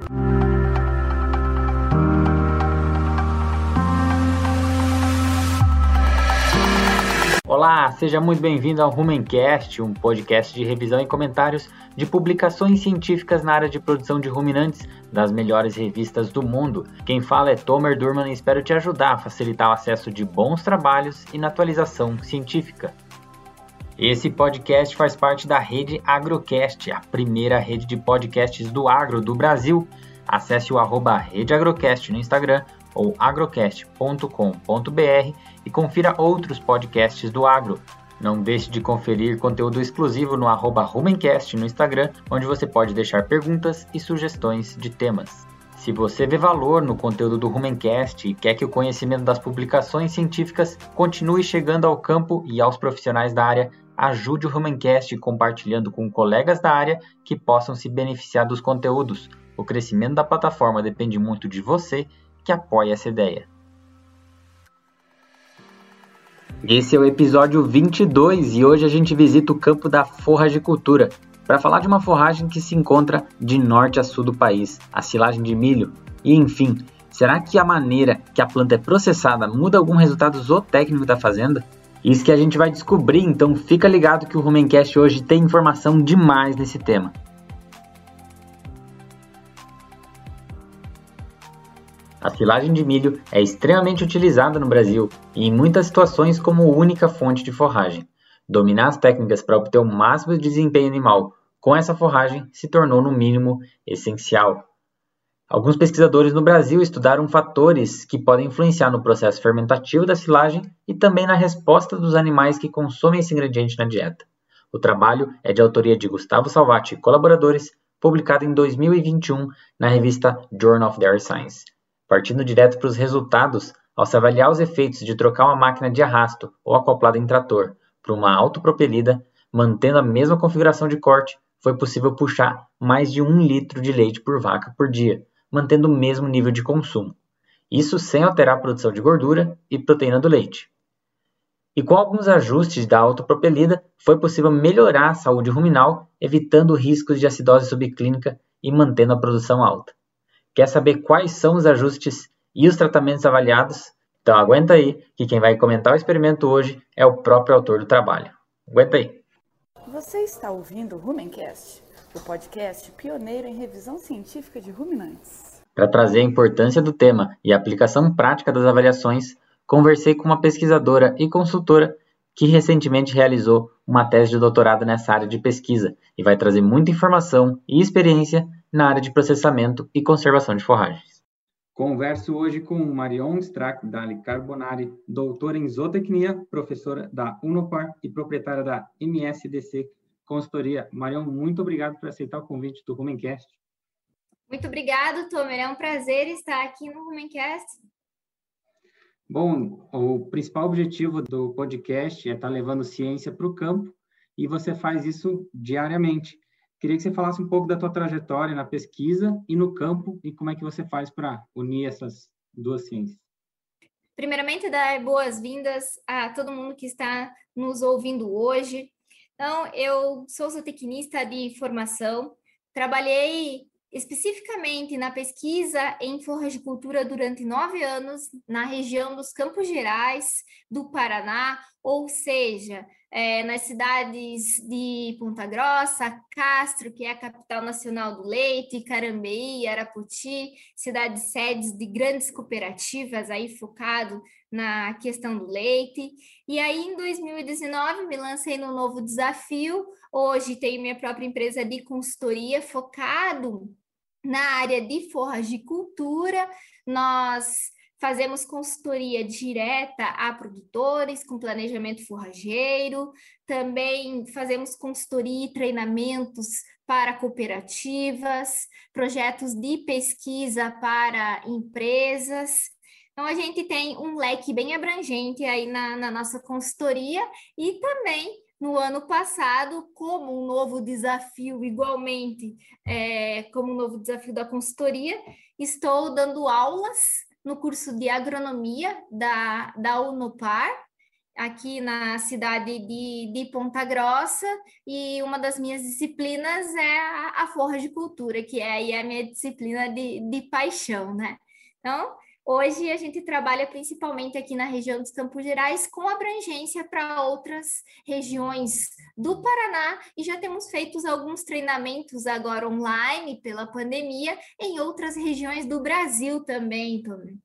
Olá, seja muito bem-vindo ao Rumencast, um podcast de revisão e comentários de publicações científicas na área de produção de ruminantes das melhores revistas do mundo. Quem fala é Tomer Durman e espero te ajudar a facilitar o acesso de bons trabalhos e na atualização científica. Esse podcast faz parte da rede Agrocast, a primeira rede de podcasts do agro do Brasil. Acesse o @redeagrocast no Instagram ou agrocast.com.br e confira outros podcasts do agro. Não deixe de conferir conteúdo exclusivo no @rumencast no Instagram, onde você pode deixar perguntas e sugestões de temas. Se você vê valor no conteúdo do Rumencast e quer que o conhecimento das publicações científicas continue chegando ao campo e aos profissionais da área, ajude o Rumencast compartilhando com colegas da área que possam se beneficiar dos conteúdos. O crescimento da plataforma depende muito de você que apoia essa ideia. Esse é o episódio 22 e hoje a gente visita o campo da forragicultura para falar de uma forragem que se encontra de norte a sul do país, a silagem de milho. E enfim, será que a maneira que a planta é processada muda algum resultado zootécnico da fazenda? Isso que a gente vai descobrir, então fica ligado que o Rumencast hoje tem informação demais nesse tema. A silagem de milho é extremamente utilizada no Brasil e em muitas situações como única fonte de forragem. Dominar as técnicas para obter o máximo de desempenho animal com essa forragem se tornou, no mínimo, essencial. Alguns pesquisadores no Brasil estudaram fatores que podem influenciar no processo fermentativo da silagem e também na resposta dos animais que consomem esse ingrediente na dieta. O trabalho é de autoria de Gustavo Salvati e colaboradores, publicado em 2021 na revista Journal of Dairy Science. Partindo direto para os resultados, ao se avaliar os efeitos de trocar uma máquina de arrasto ou acoplada em trator para uma autopropelida, mantendo a mesma configuração de corte, foi possível puxar mais de 1 litro de leite por vaca por dia, mantendo o mesmo nível de consumo. Isso sem alterar a produção de gordura e proteína do leite. E com alguns ajustes da autopropelida, foi possível melhorar a saúde ruminal, evitando riscos de acidose subclínica e mantendo a produção alta. Quer saber quais são os ajustes e os tratamentos avaliados? Então aguenta aí, que quem vai comentar o experimento hoje é o próprio autor do trabalho. Aguenta aí. Você está ouvindo o Rumencast, o podcast pioneiro em revisão científica de ruminantes. Para trazer a importância do tema e a aplicação prática das avaliações, conversei com uma pesquisadora e consultora que recentemente realizou uma tese de doutorado nessa área de pesquisa e vai trazer muita informação e experiência na área de processamento e conservação de forragens. Converso hoje com Marion Strack-Dali Carbonari, doutora em zootecnia, professora da Unopar e proprietária da MSDC Consultoria. Marion, muito obrigado por aceitar o convite do Rumencast. Muito obrigado, Tomer. É um prazer estar aqui no Rumencast. Bom, o principal objetivo do podcast é estar levando ciência para o campo e você faz isso diariamente. Queria que você falasse um pouco da tua trajetória na pesquisa e no campo e como é que você faz para unir essas duas ciências. Primeiramente, dar boas-vindas a todo mundo que está nos ouvindo hoje. Então, eu sou zootecnista de formação, trabalhei especificamente na pesquisa em forragicultura durante 9 anos na região dos Campos Gerais do Paraná, ou seja, nas cidades de Ponta Grossa, Castro, que é a capital nacional do leite, Carambeí, Arapoti, cidades sedes de grandes cooperativas aí focado na questão do leite. E aí, em 2019, me lancei num novo desafio. Hoje tenho minha própria empresa de consultoria focado na área de forragicultura. Nós fazemos consultoria direta a produtores com planejamento forrageiro, também fazemos consultoria e treinamentos para cooperativas, projetos de pesquisa para empresas. Então, a gente tem um leque bem abrangente aí na nossa consultoria e também no ano passado, como um novo desafio, igualmente, como um novo desafio da consultoria, estou dando aulas no curso de agronomia da Unopar aqui na cidade de Ponta Grossa, e uma das minhas disciplinas é a forragicultura, que é aí a minha disciplina de paixão, né? Então, hoje a gente trabalha principalmente aqui na região dos Campos Gerais, com abrangência para outras regiões do Paraná, e já temos feito alguns treinamentos agora online pela pandemia em outras regiões do Brasil também, Tony.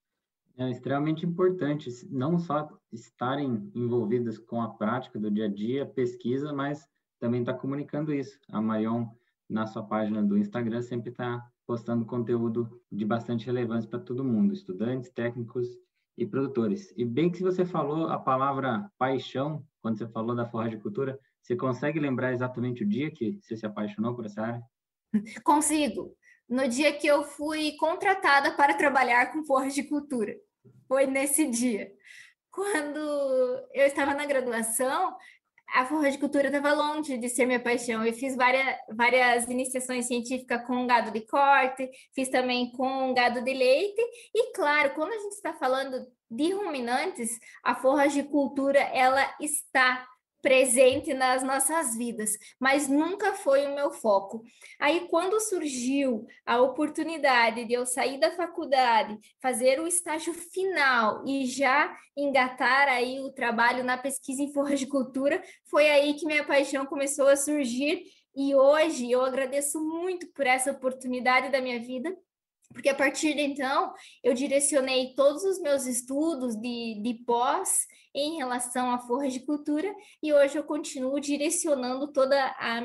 É extremamente importante não só estarem envolvidas com a prática do dia a dia, pesquisa, mas também estar comunicando isso. A Marion, na sua página do Instagram, sempre está postando conteúdo de bastante relevância para todo mundo, estudantes, técnicos e produtores. E bem que se você falou a palavra paixão, quando você falou da forragicultura, você consegue lembrar exatamente o dia que você se apaixonou por essa área? Consigo. No dia que eu fui contratada para trabalhar com forragicultura. Foi nesse dia. Quando eu estava na graduação, a forragicultura estava longe de ser minha paixão. Eu fiz várias iniciações científicas com gado de corte, fiz também com gado de leite. E, claro, quando a gente está falando de ruminantes, a forragicultura ela está presente nas nossas vidas, mas nunca foi o meu foco. Aí, quando surgiu a oportunidade de eu sair da faculdade, fazer o estágio final e já engatar aí o trabalho na pesquisa em forragicultura, foi aí que minha paixão começou a surgir, e hoje eu agradeço muito por essa oportunidade da minha vida, porque a partir de então eu direcionei todos os meus estudos de pós em relação à forragicultura, e hoje eu continuo direcionando toda a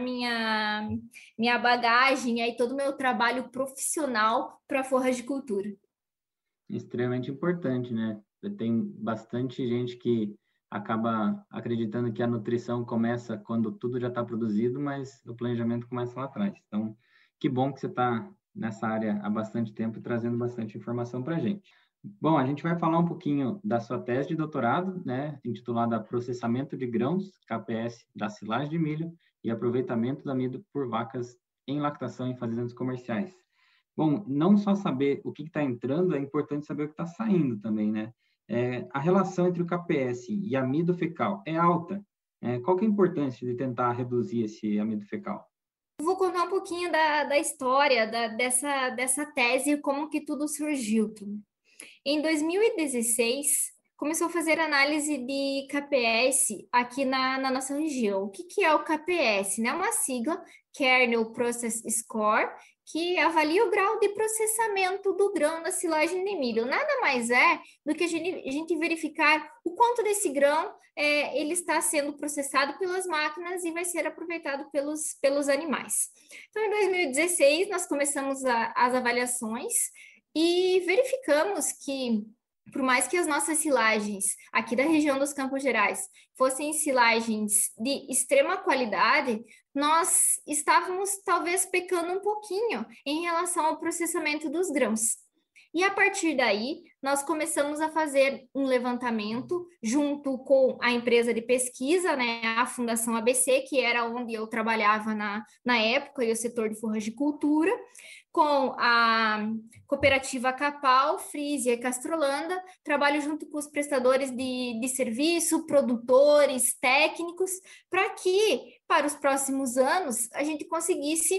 minha bagagem e todo o meu trabalho profissional para a forragicultura. Extremamente importante, né? Tem bastante gente que acaba acreditando que a nutrição começa quando tudo já está produzido, mas o planejamento começa lá atrás. Então, que bom que você está nessa área há bastante tempo e trazendo bastante informação para a gente. Bom, a gente vai falar um pouquinho da sua tese de doutorado, né, intitulada Processamento de Grãos, KPS, da silagem de milho e aproveitamento do amido por vacas em lactação em fazendas comerciais. Bom, não só saber o que está entrando, é importante saber o que está saindo também, né? A relação entre o KPS e amido fecal é alta. Qual que é a importância de tentar reduzir esse amido fecal? Vou contar um pouquinho da história dessa tese e como que tudo surgiu. Em 2016, começou a fazer análise de KPS aqui na nossa região. O que é o KPS? É uma sigla, Kernel Process Score, que avalia o grau de processamento do grão da silagem de milho. Nada mais é do que a gente verificar o quanto desse grão ele está sendo processado pelas máquinas e vai ser aproveitado pelos animais. Então, em 2016, nós começamos as avaliações e verificamos que, por mais que as nossas silagens aqui da região dos Campos Gerais fossem silagens de extrema qualidade, nós estávamos talvez pecando um pouquinho em relação ao processamento dos grãos. E a partir daí, nós começamos a fazer um levantamento junto com a empresa de pesquisa, né, a Fundação ABC, que era onde eu trabalhava na época, e o setor de forragicultura, com a cooperativa Capal, Frisia e Castrolanda. Trabalho junto com os prestadores de serviço, produtores, técnicos, para que, para os próximos anos, a gente conseguisse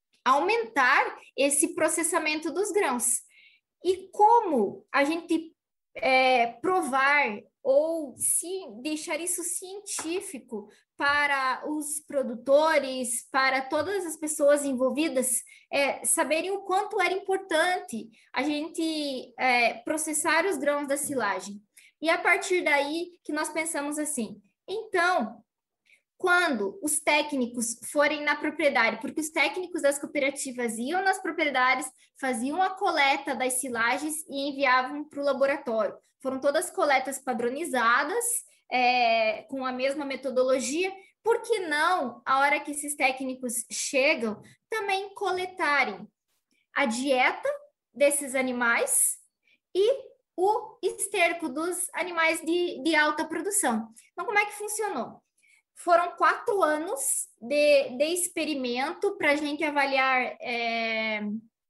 aumentar esse processamento dos grãos. E como a gente provar ou deixar isso científico para os produtores, para todas as pessoas envolvidas, saberem o quanto era importante a gente processar os grãos da silagem. E a partir daí que nós pensamos assim, então, quando os técnicos forem na propriedade, porque os técnicos das cooperativas iam nas propriedades, faziam a coleta das silagens e enviavam para o laboratório. Foram todas coletas padronizadas, com a mesma metodologia. Por que não, a hora que esses técnicos chegam, também coletarem a dieta desses animais e o esterco dos animais de alta produção? Então, como é que funcionou? Foram 4 anos de experimento para a gente avaliar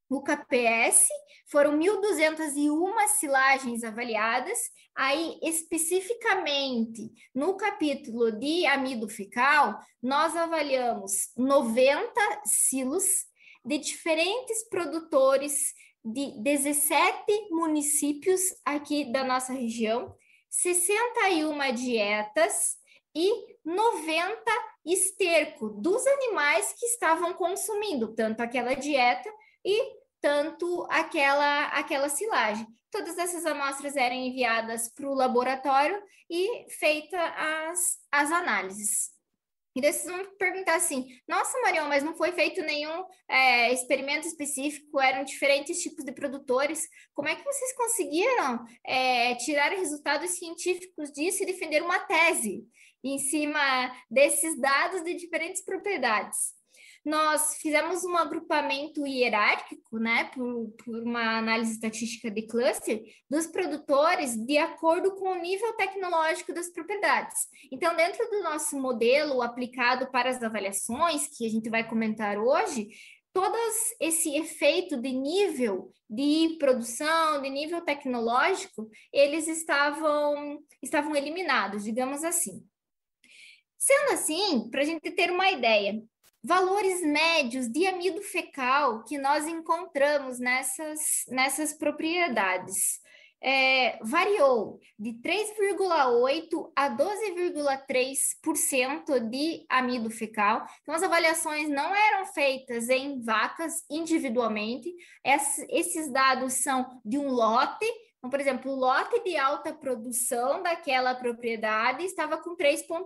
o KPS, foram 1.201 silagens avaliadas. Aí, especificamente, no capítulo de amido fecal, nós avaliamos 90 silos de diferentes produtores de 17 municípios aqui da nossa região, 61 dietas e 90 esterco dos animais que estavam consumindo tanto aquela dieta e tanto aquela silagem. Todas essas amostras eram enviadas para o laboratório e feitas as análises. E daí vocês vão perguntar assim, nossa, Marião, mas não foi feito nenhum experimento específico, eram diferentes tipos de produtores. Como é que vocês conseguiram tirar resultados científicos disso e defender uma tese em cima desses dados de diferentes propriedades? Nós fizemos um agrupamento hierárquico, né, por uma análise estatística de cluster, dos produtores de acordo com o nível tecnológico das propriedades. Então, dentro do nosso modelo aplicado para as avaliações, que a gente vai comentar hoje, todo esse efeito de nível de produção, de nível tecnológico, eles estavam eliminados, digamos assim. Sendo assim, para a gente ter uma ideia, valores médios de amido fecal que nós encontramos nessas propriedades variou de 3,8% a 12,3% de amido fecal. Então, as avaliações não eram feitas em vacas individualmente, esses dados são de um lote. Então, por exemplo, o lote de alta produção daquela propriedade estava com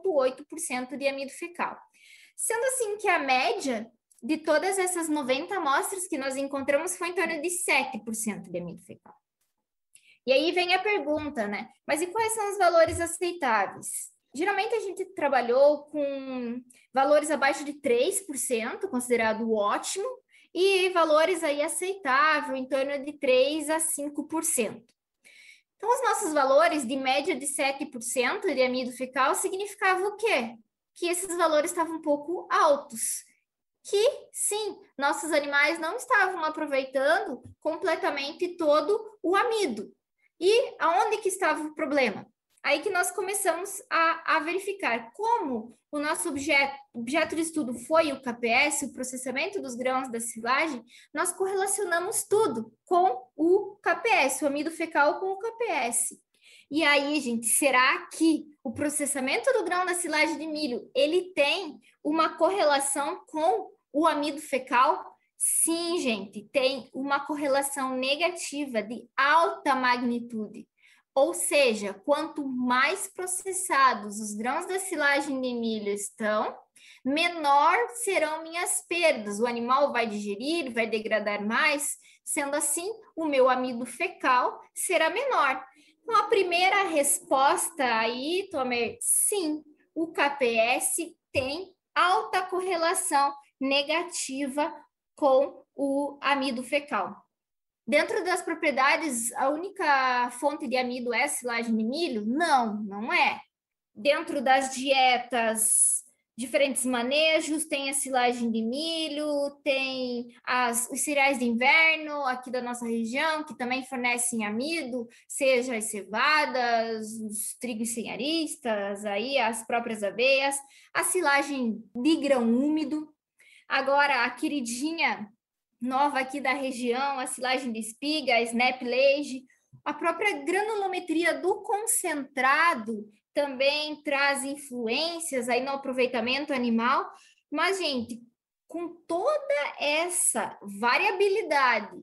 3,8% de amido fecal. Sendo assim que a média de todas essas 90 amostras que nós encontramos foi em torno de 7% de amido fecal. E aí vem a pergunta, né? Mas e quais são os valores aceitáveis? Geralmente a gente trabalhou com valores abaixo de 3%, considerado ótimo, e valores aí aceitável, em torno de 3% a 5%. Então, os nossos valores de média de 7% de amido fecal significavam o quê? Que esses valores estavam um pouco altos, que sim, nossos animais não estavam aproveitando completamente todo o amido. E aonde que estava o problema? Aí que nós começamos a verificar como o nosso objeto de estudo foi o KPS, o processamento dos grãos da silagem, nós correlacionamos tudo com o KPS, o amido fecal com o KPS. E aí, gente, será que o processamento do grão da silagem de milho, ele tem uma correlação com o amido fecal? Sim, gente, tem uma correlação negativa de alta magnitude. Ou seja, quanto mais processados os grãos da silagem de milho estão, menor serão minhas perdas. O animal vai digerir, vai degradar mais, sendo assim, o meu amido fecal será menor. Então, a primeira resposta aí, Tomer, sim, o KPS tem alta correlação negativa com o amido fecal. Dentro das propriedades, a única fonte de amido é a silagem de milho? Não, não é. Dentro das dietas, diferentes manejos, tem a silagem de milho, tem os cereais de inverno aqui da nossa região, que também fornecem amido, seja as cevadas, os trigos senharistas, aí as próprias aveias, a silagem de grão úmido. Agora, a queridinha nova aqui da região, a silagem de espiga, a Snap Lage, a própria granulometria do concentrado também traz influências aí no aproveitamento animal, mas, gente, com toda essa variabilidade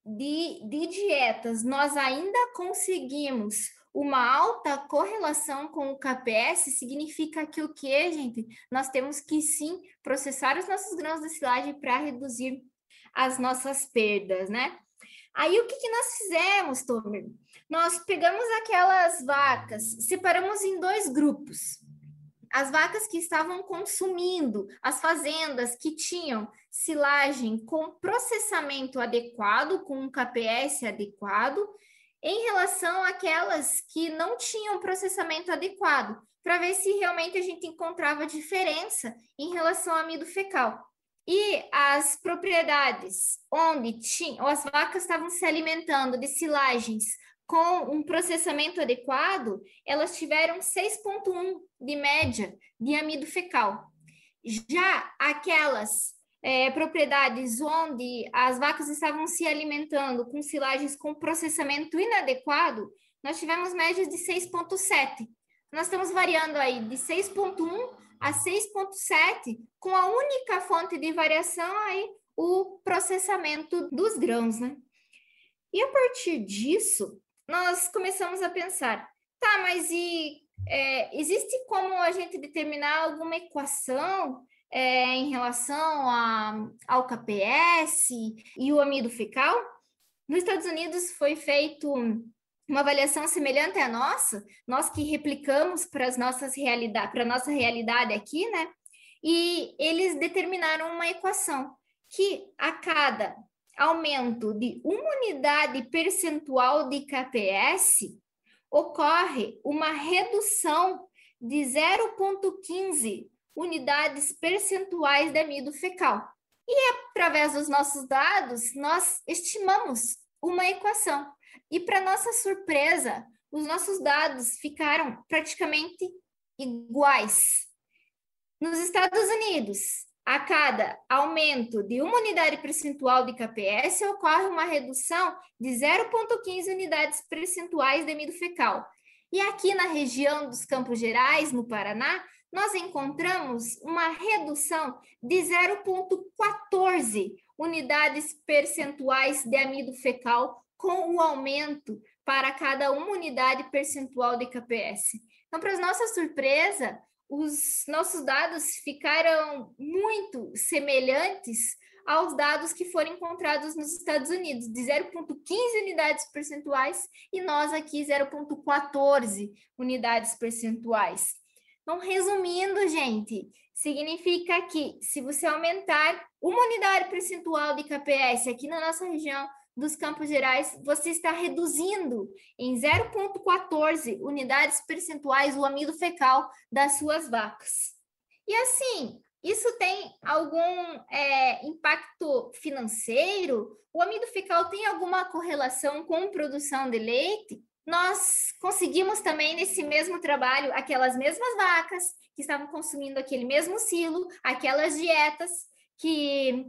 de dietas, nós ainda conseguimos uma alta correlação com o KPS, significa que o quê, gente? Nós temos que, sim, processar os nossos grãos da silagem para reduzir as nossas perdas, né? Aí, o que nós fizemos, Tomer? Nós pegamos aquelas vacas, separamos em 2 grupos. As vacas que estavam consumindo, as fazendas que tinham silagem com processamento adequado, com um KPS adequado, em relação àquelas que não tinham processamento adequado, para ver se realmente a gente encontrava diferença em relação ao amido fecal. E as propriedades onde as vacas estavam se alimentando de silagens com um processamento adequado, elas tiveram 6,1 de média de amido fecal. Já aquelas propriedades onde as vacas estavam se alimentando com silagens com processamento inadequado, nós tivemos médias de 6,7. Nós estamos variando aí de 6,1 a 6,7, com a única fonte de variação aí o processamento dos grãos, né? E a partir disso, nós começamos a pensar, tá, mas existe como a gente determinar alguma equação em relação ao KPS e o amido fecal? Nos Estados Unidos foi feito uma avaliação semelhante à nossa, nós que replicamos para a nossa realidade aqui, né? E eles determinaram uma equação que a cada aumento de uma unidade percentual de KPS ocorre uma redução de 0,15 unidades percentuais de amido fecal. E através dos nossos dados, nós estimamos uma equação. E para nossa surpresa, os nossos dados ficaram praticamente iguais. Nos Estados Unidos, a cada aumento de uma unidade percentual de KPS, ocorre uma redução de 0,15 unidades percentuais de amido fecal. E aqui na região dos Campos Gerais, no Paraná, nós encontramos uma redução de 0,14 unidades percentuais de amido fecal com o aumento para cada uma unidade percentual de KPS. Então, para nossa surpresa, os nossos dados ficaram muito semelhantes aos dados que foram encontrados nos Estados Unidos, de 0,15 unidades percentuais, e nós aqui 0,14 unidades percentuais. Então, resumindo, gente, significa que se você aumentar uma unidade percentual de KPS aqui na nossa região dos Campos Gerais, você está reduzindo em 0,14 unidades percentuais o amido fecal das suas vacas. E assim, isso tem algum impacto financeiro? O amido fecal tem alguma correlação com produção de leite? Nós conseguimos também, nesse mesmo trabalho, aquelas mesmas vacas que estavam consumindo aquele mesmo silo, aquelas dietas que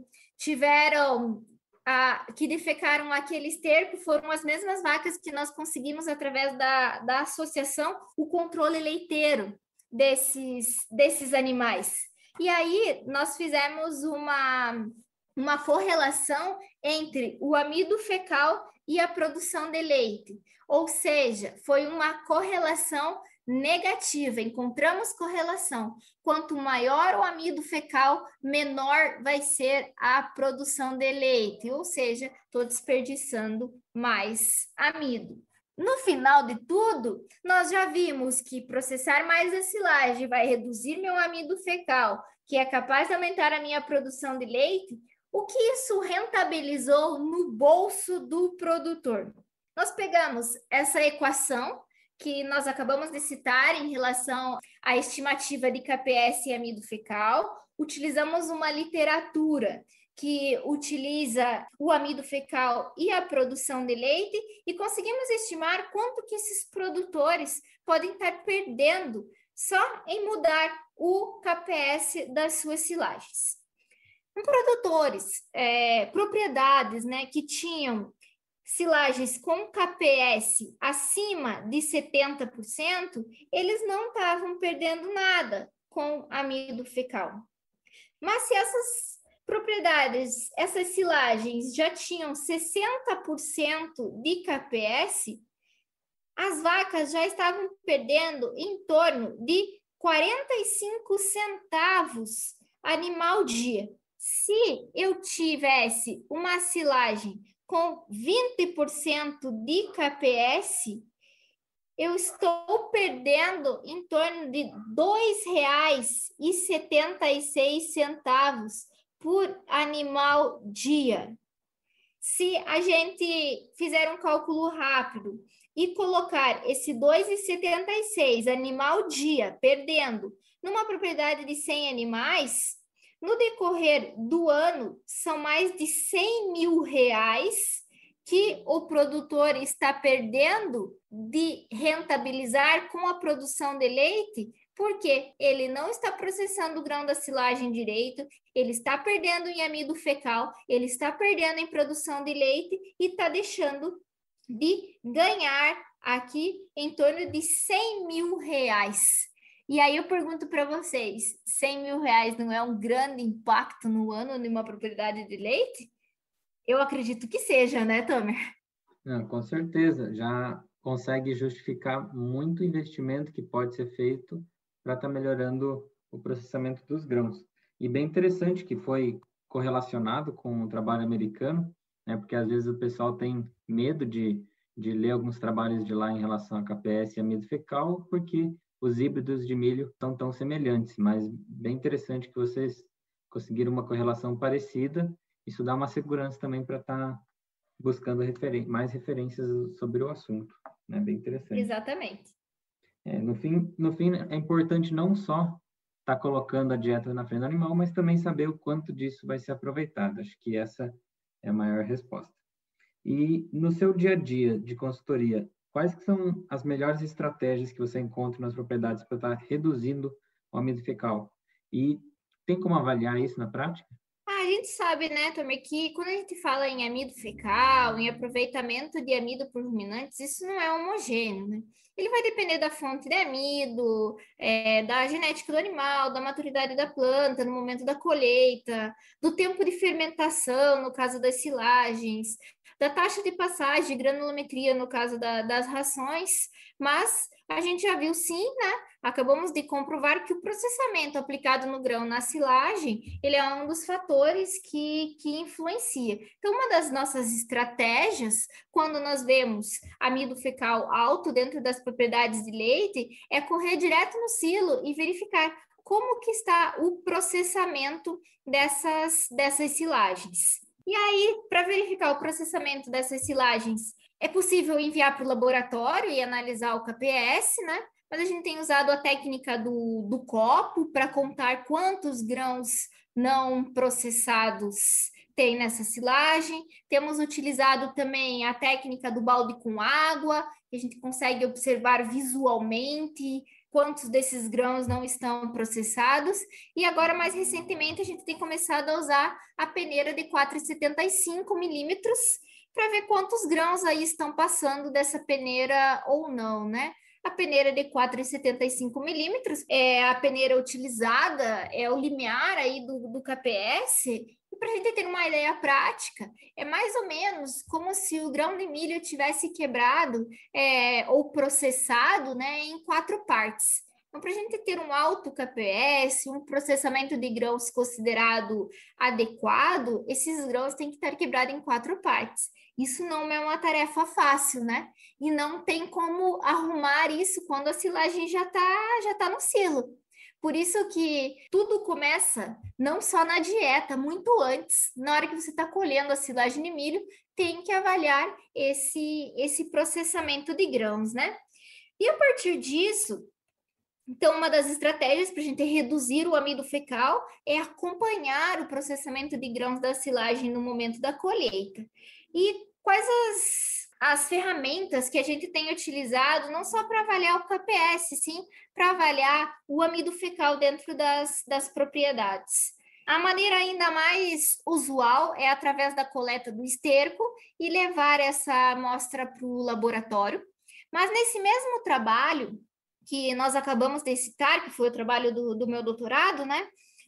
que defecaram aquele esterco, foram as mesmas vacas que nós conseguimos, através da associação, o controle leiteiro desses animais. E aí, nós fizemos uma correlação entre o amido fecal e a produção de leite. Ou seja, foi uma correlação negativa, encontramos correlação. Quanto maior o amido fecal, menor vai ser a produção de leite, ou seja, estou desperdiçando mais amido. No final de tudo, nós já vimos que processar mais a silagem vai reduzir meu amido fecal, que é capaz de aumentar a minha produção de leite. O que isso rentabilizou no bolso do produtor? Nós pegamos essa equação que nós acabamos de citar em relação à estimativa de KPS e amido fecal, utilizamos uma literatura que utiliza o amido fecal e a produção de leite e conseguimos estimar quanto que esses produtores podem estar perdendo só em mudar o KPS das suas silagens. Produtores, propriedades, né, que tinham silagens com KPS acima de 70%, eles não estavam perdendo nada com amido fecal. Mas se essas propriedades, essas silagens já tinham 60% de KPS, as vacas já estavam perdendo em torno de 45 centavos animal dia. Se eu tivesse uma silagem com 20% de KPS, eu estou perdendo em torno de R$ 2,76 por animal dia. Se a gente fizer um cálculo rápido e colocar esse 2,76 animal dia perdendo numa propriedade de 100 animais, no decorrer do ano, são mais de R$100 mil que o produtor está perdendo de rentabilizar com a produção de leite, porque ele não está processando o grão da silagem direito, ele está perdendo em amido fecal, ele está perdendo em produção de leite e está deixando de ganhar aqui em torno de R$100 mil. E aí eu pergunto para vocês, R$100 mil não é um grande impacto no ano de uma propriedade de leite? Eu acredito que seja, né, Tomer? Não, com certeza, já consegue justificar muito investimento que pode ser feito para estar melhorando o processamento dos grãos. E bem interessante que foi correlacionado com o trabalho americano, né, porque às vezes o pessoal tem medo de ler alguns trabalhos de lá em relação a KPS e amido fecal, porque os híbridos de milho são tão semelhantes, mas bem interessante que vocês conseguiram uma correlação parecida. Isso dá uma segurança também para estar buscando mais referências sobre o assunto, né? Bem interessante. Exatamente. No fim, é importante não só estar colocando a dieta na frente do animal, mas também saber o quanto disso vai ser aproveitado. Acho que essa é a maior resposta. E no seu dia a dia de consultoria, quais que são as melhores estratégias que você encontra nas propriedades para estar reduzindo o amido fecal? E tem como avaliar isso na prática? A gente sabe, né, Tomer, que quando a gente fala em amido fecal, em aproveitamento de amido por ruminantes, isso não é homogêneo, né? Ele vai depender da fonte de amido, da genética do animal, da maturidade da planta no momento da colheita, do tempo de fermentação, no caso das silagens, da taxa de passagem, de granulometria, no caso das rações, mas a gente já viu sim, né? Acabamos de comprovar que o processamento aplicado no grão na silagem, ele é um dos fatores que influencia. Então, uma das nossas estratégias, quando nós vemos amido fecal alto dentro das propriedades de leite, é correr direto no silo e verificar como que está o processamento dessas silagens. E aí, para verificar o processamento dessas silagens, é possível enviar para o laboratório e analisar o KPS, né? Mas a gente tem usado a técnica do copo para contar quantos grãos não processados tem nessa silagem. Temos utilizado também a técnica do balde com água, que a gente consegue observar visualmente quantos desses grãos não estão processados. E agora, mais recentemente, a gente tem começado a usar a peneira de 4,75 milímetros para ver quantos grãos aí estão passando dessa peneira ou não, né? A peneira de 4,75 milímetros é a peneira utilizada, é o limiar aí do KPS. E para a gente ter uma ideia prática, é mais ou menos como se o grão de milho tivesse quebrado ou processado, né, em 4 partes. Então, para a gente ter um alto KPS, um processamento de grãos considerado adequado, esses grãos têm que estar quebrados em 4 partes. Isso não é uma tarefa fácil, né? E não tem como arrumar isso quando a silagem já tá no silo. Por isso que tudo começa não só na dieta, muito antes, na hora que você está colhendo a silagem de milho, tem que avaliar esse processamento de grãos, né? E a partir disso, então, uma das estratégias para a gente reduzir o amido fecal é acompanhar o processamento de grãos da silagem no momento da colheita. E quais as ferramentas que a gente tem utilizado, não só para avaliar o KPS, sim, para avaliar o amido fecal dentro das propriedades. A maneira ainda mais usual é através da coleta do esterco e levar essa amostra para o laboratório. Mas nesse mesmo trabalho que nós acabamos de citar, que foi o trabalho do meu doutorado, né?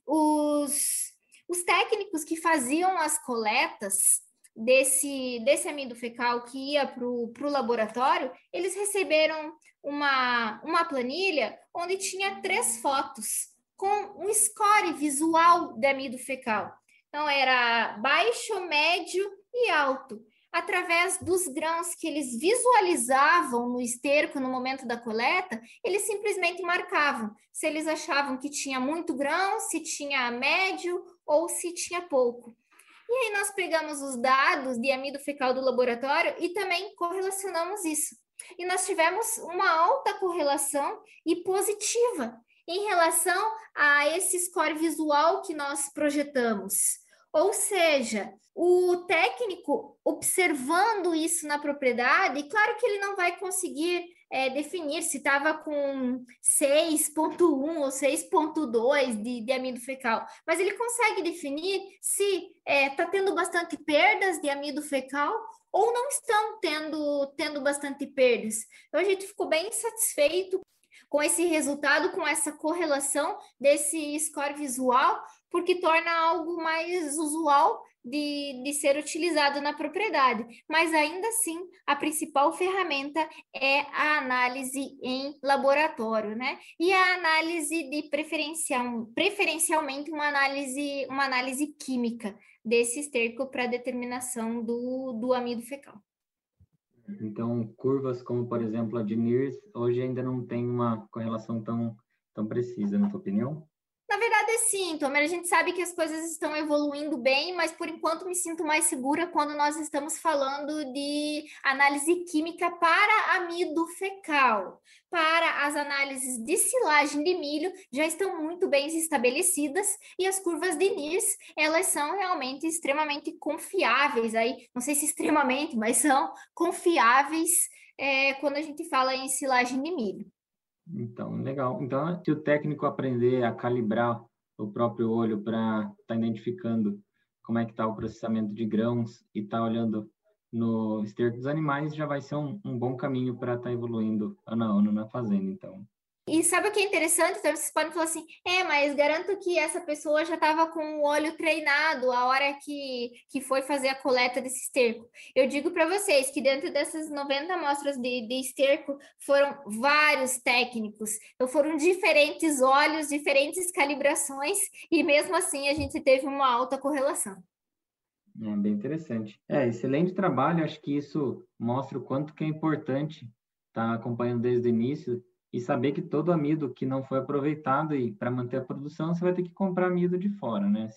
Os técnicos que faziam as coletas desse amido fecal que ia para o laboratório, eles receberam uma planilha onde tinha 3 fotos com um score visual de amido fecal. Então, era baixo, médio e alto. Através dos grãos que eles visualizavam no esterco no momento da coleta, eles simplesmente marcavam se eles achavam que tinha muito grão, se tinha médio ou se tinha pouco. E aí nós pegamos os dados de amido fecal do laboratório e também correlacionamos isso. E nós tivemos uma alta correlação e positiva em relação a esse score visual que nós projetamos. Ou seja, o técnico observando isso na propriedade, claro que ele não vai conseguir definir se estava com 6,1 ou 6,2 de amido fecal, mas ele consegue definir se está tendo bastante perdas de amido fecal ou não estão tendo bastante perdas. Então, a gente ficou bem satisfeito com esse resultado, com essa correlação desse score visual, porque torna algo mais usual de ser utilizado na propriedade. Mas ainda assim, a principal ferramenta é a análise em laboratório, né? E a análise de preferencialmente uma análise química desse esterco para determinação do amido fecal. Então, curvas como, por exemplo, a de NIRS, hoje ainda não tem uma correlação tão precisa, na tua opinião? Na verdade, sim, Tomer, a gente sabe que as coisas estão evoluindo bem, mas por enquanto me sinto mais segura quando nós estamos falando de análise química para amido fecal. Para as análises de silagem de milho já estão muito bem estabelecidas e as curvas de NIRS, elas são realmente extremamente confiáveis, aí, não sei se extremamente, mas são confiáveis quando a gente fala em silagem de milho. Então, legal. Então, se o técnico aprender a calibrar o próprio olho para estar identificando como é que está o processamento de grãos e estar olhando no esterco dos animais, já vai ser um bom caminho para estar evoluindo ano a ano na fazenda, então. E sabe o que é interessante? Então, vocês podem falar assim, mas garanto que essa pessoa já estava com o olho treinado a hora que foi fazer a coleta desse esterco. Eu digo para vocês que dentro dessas 90 amostras de esterco foram vários técnicos, então foram diferentes olhos, diferentes calibrações, e mesmo assim a gente teve uma alta correlação. É bem interessante. Excelente trabalho, acho que isso mostra o quanto que é importante estar acompanhando desde o início e saber que todo amido que não foi aproveitado e para manter a produção, você vai ter que comprar amido de fora, né?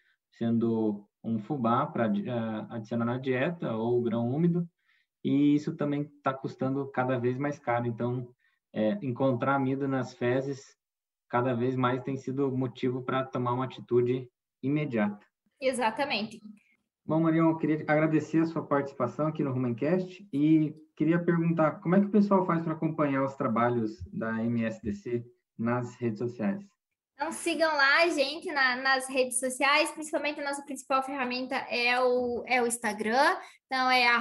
Sendo um fubá para adicionar na dieta ou grão úmido, e isso também está custando cada vez mais caro. Então, encontrar amido nas fezes cada vez mais tem sido motivo para tomar uma atitude imediata. Exatamente. Bom, Marião, eu queria agradecer a sua participação aqui no Rumencast e queria perguntar como é que o pessoal faz para acompanhar os trabalhos da MSDC nas redes sociais? Então, sigam lá a gente nas redes sociais, principalmente a nossa principal ferramenta é o Instagram. Então, é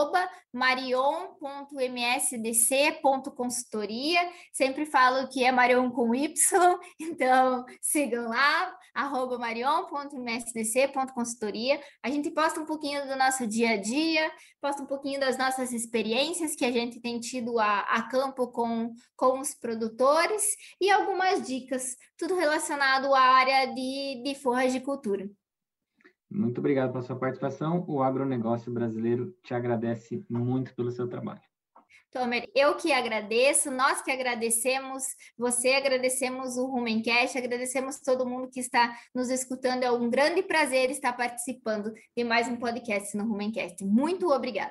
@marion.msdc.consultoria. Sempre falo que é Marion com Y, então sigam lá, @marion.msdc.consultoria. A gente posta um pouquinho do nosso dia a dia, posta um pouquinho das nossas experiências que a gente tem tido a campo com os produtores e algumas dicas, tudo relacionado à área de forragicultura. Muito obrigado pela sua participação. O agronegócio brasileiro te agradece muito pelo seu trabalho. Tomer, eu que agradeço, nós que agradecemos, você agradecemos o Rumencast, agradecemos todo mundo que está nos escutando. É um grande prazer estar participando de mais um podcast no Rumencast. Muito obrigada.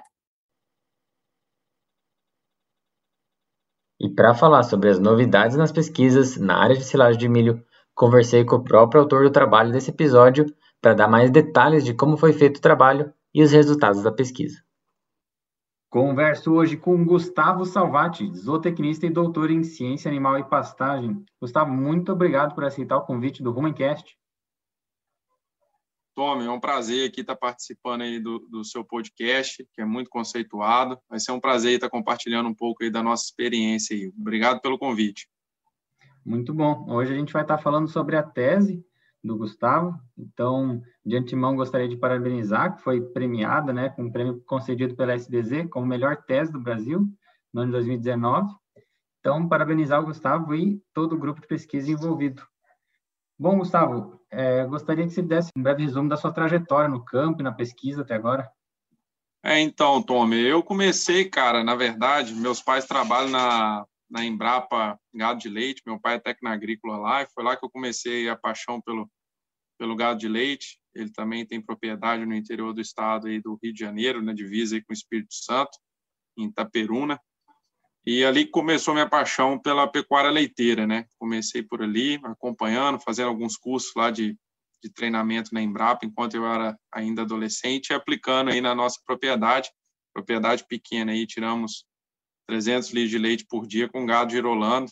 E para falar sobre as novidades nas pesquisas na área de silagem de milho, conversei com o próprio autor do trabalho desse episódio para dar mais detalhes de como foi feito o trabalho e os resultados da pesquisa. Converso hoje com Gustavo Salvati, zootecnista e doutor em ciência animal e pastagem. Gustavo, muito obrigado por aceitar o convite do Rumencast. Tom, é um prazer aqui estar participando aí do seu podcast, que é muito conceituado. Vai ser um prazer estar compartilhando um pouco aí da nossa experiência aí. Obrigado pelo convite. Muito bom. Hoje a gente vai estar falando sobre a tese do Gustavo. Então, de antemão, gostaria de parabenizar, que foi premiada, né, com um prêmio concedido pela SDZ como melhor tese do Brasil, no ano de 2019. Então, parabenizar o Gustavo e todo o grupo de pesquisa envolvido. Bom, Gustavo, gostaria que você desse um breve resumo da sua trajetória no campo e na pesquisa até agora. Então, Tom, eu comecei, cara, na verdade, meus pais trabalham na Embrapa Gado de Leite, meu pai é técnico agrícola lá, e foi lá que eu comecei a paixão pelo gado de leite. Ele também tem propriedade no interior do estado aí do Rio de Janeiro, na divisa aí com o Espírito Santo, em Itaperuna. E ali começou minha paixão pela pecuária leiteira, né? Comecei por ali, acompanhando, fazendo alguns cursos lá de treinamento na Embrapa, enquanto eu era ainda adolescente, e aplicando aí na nossa propriedade pequena, aí tiramos 300 litros de leite por dia com gado girolando,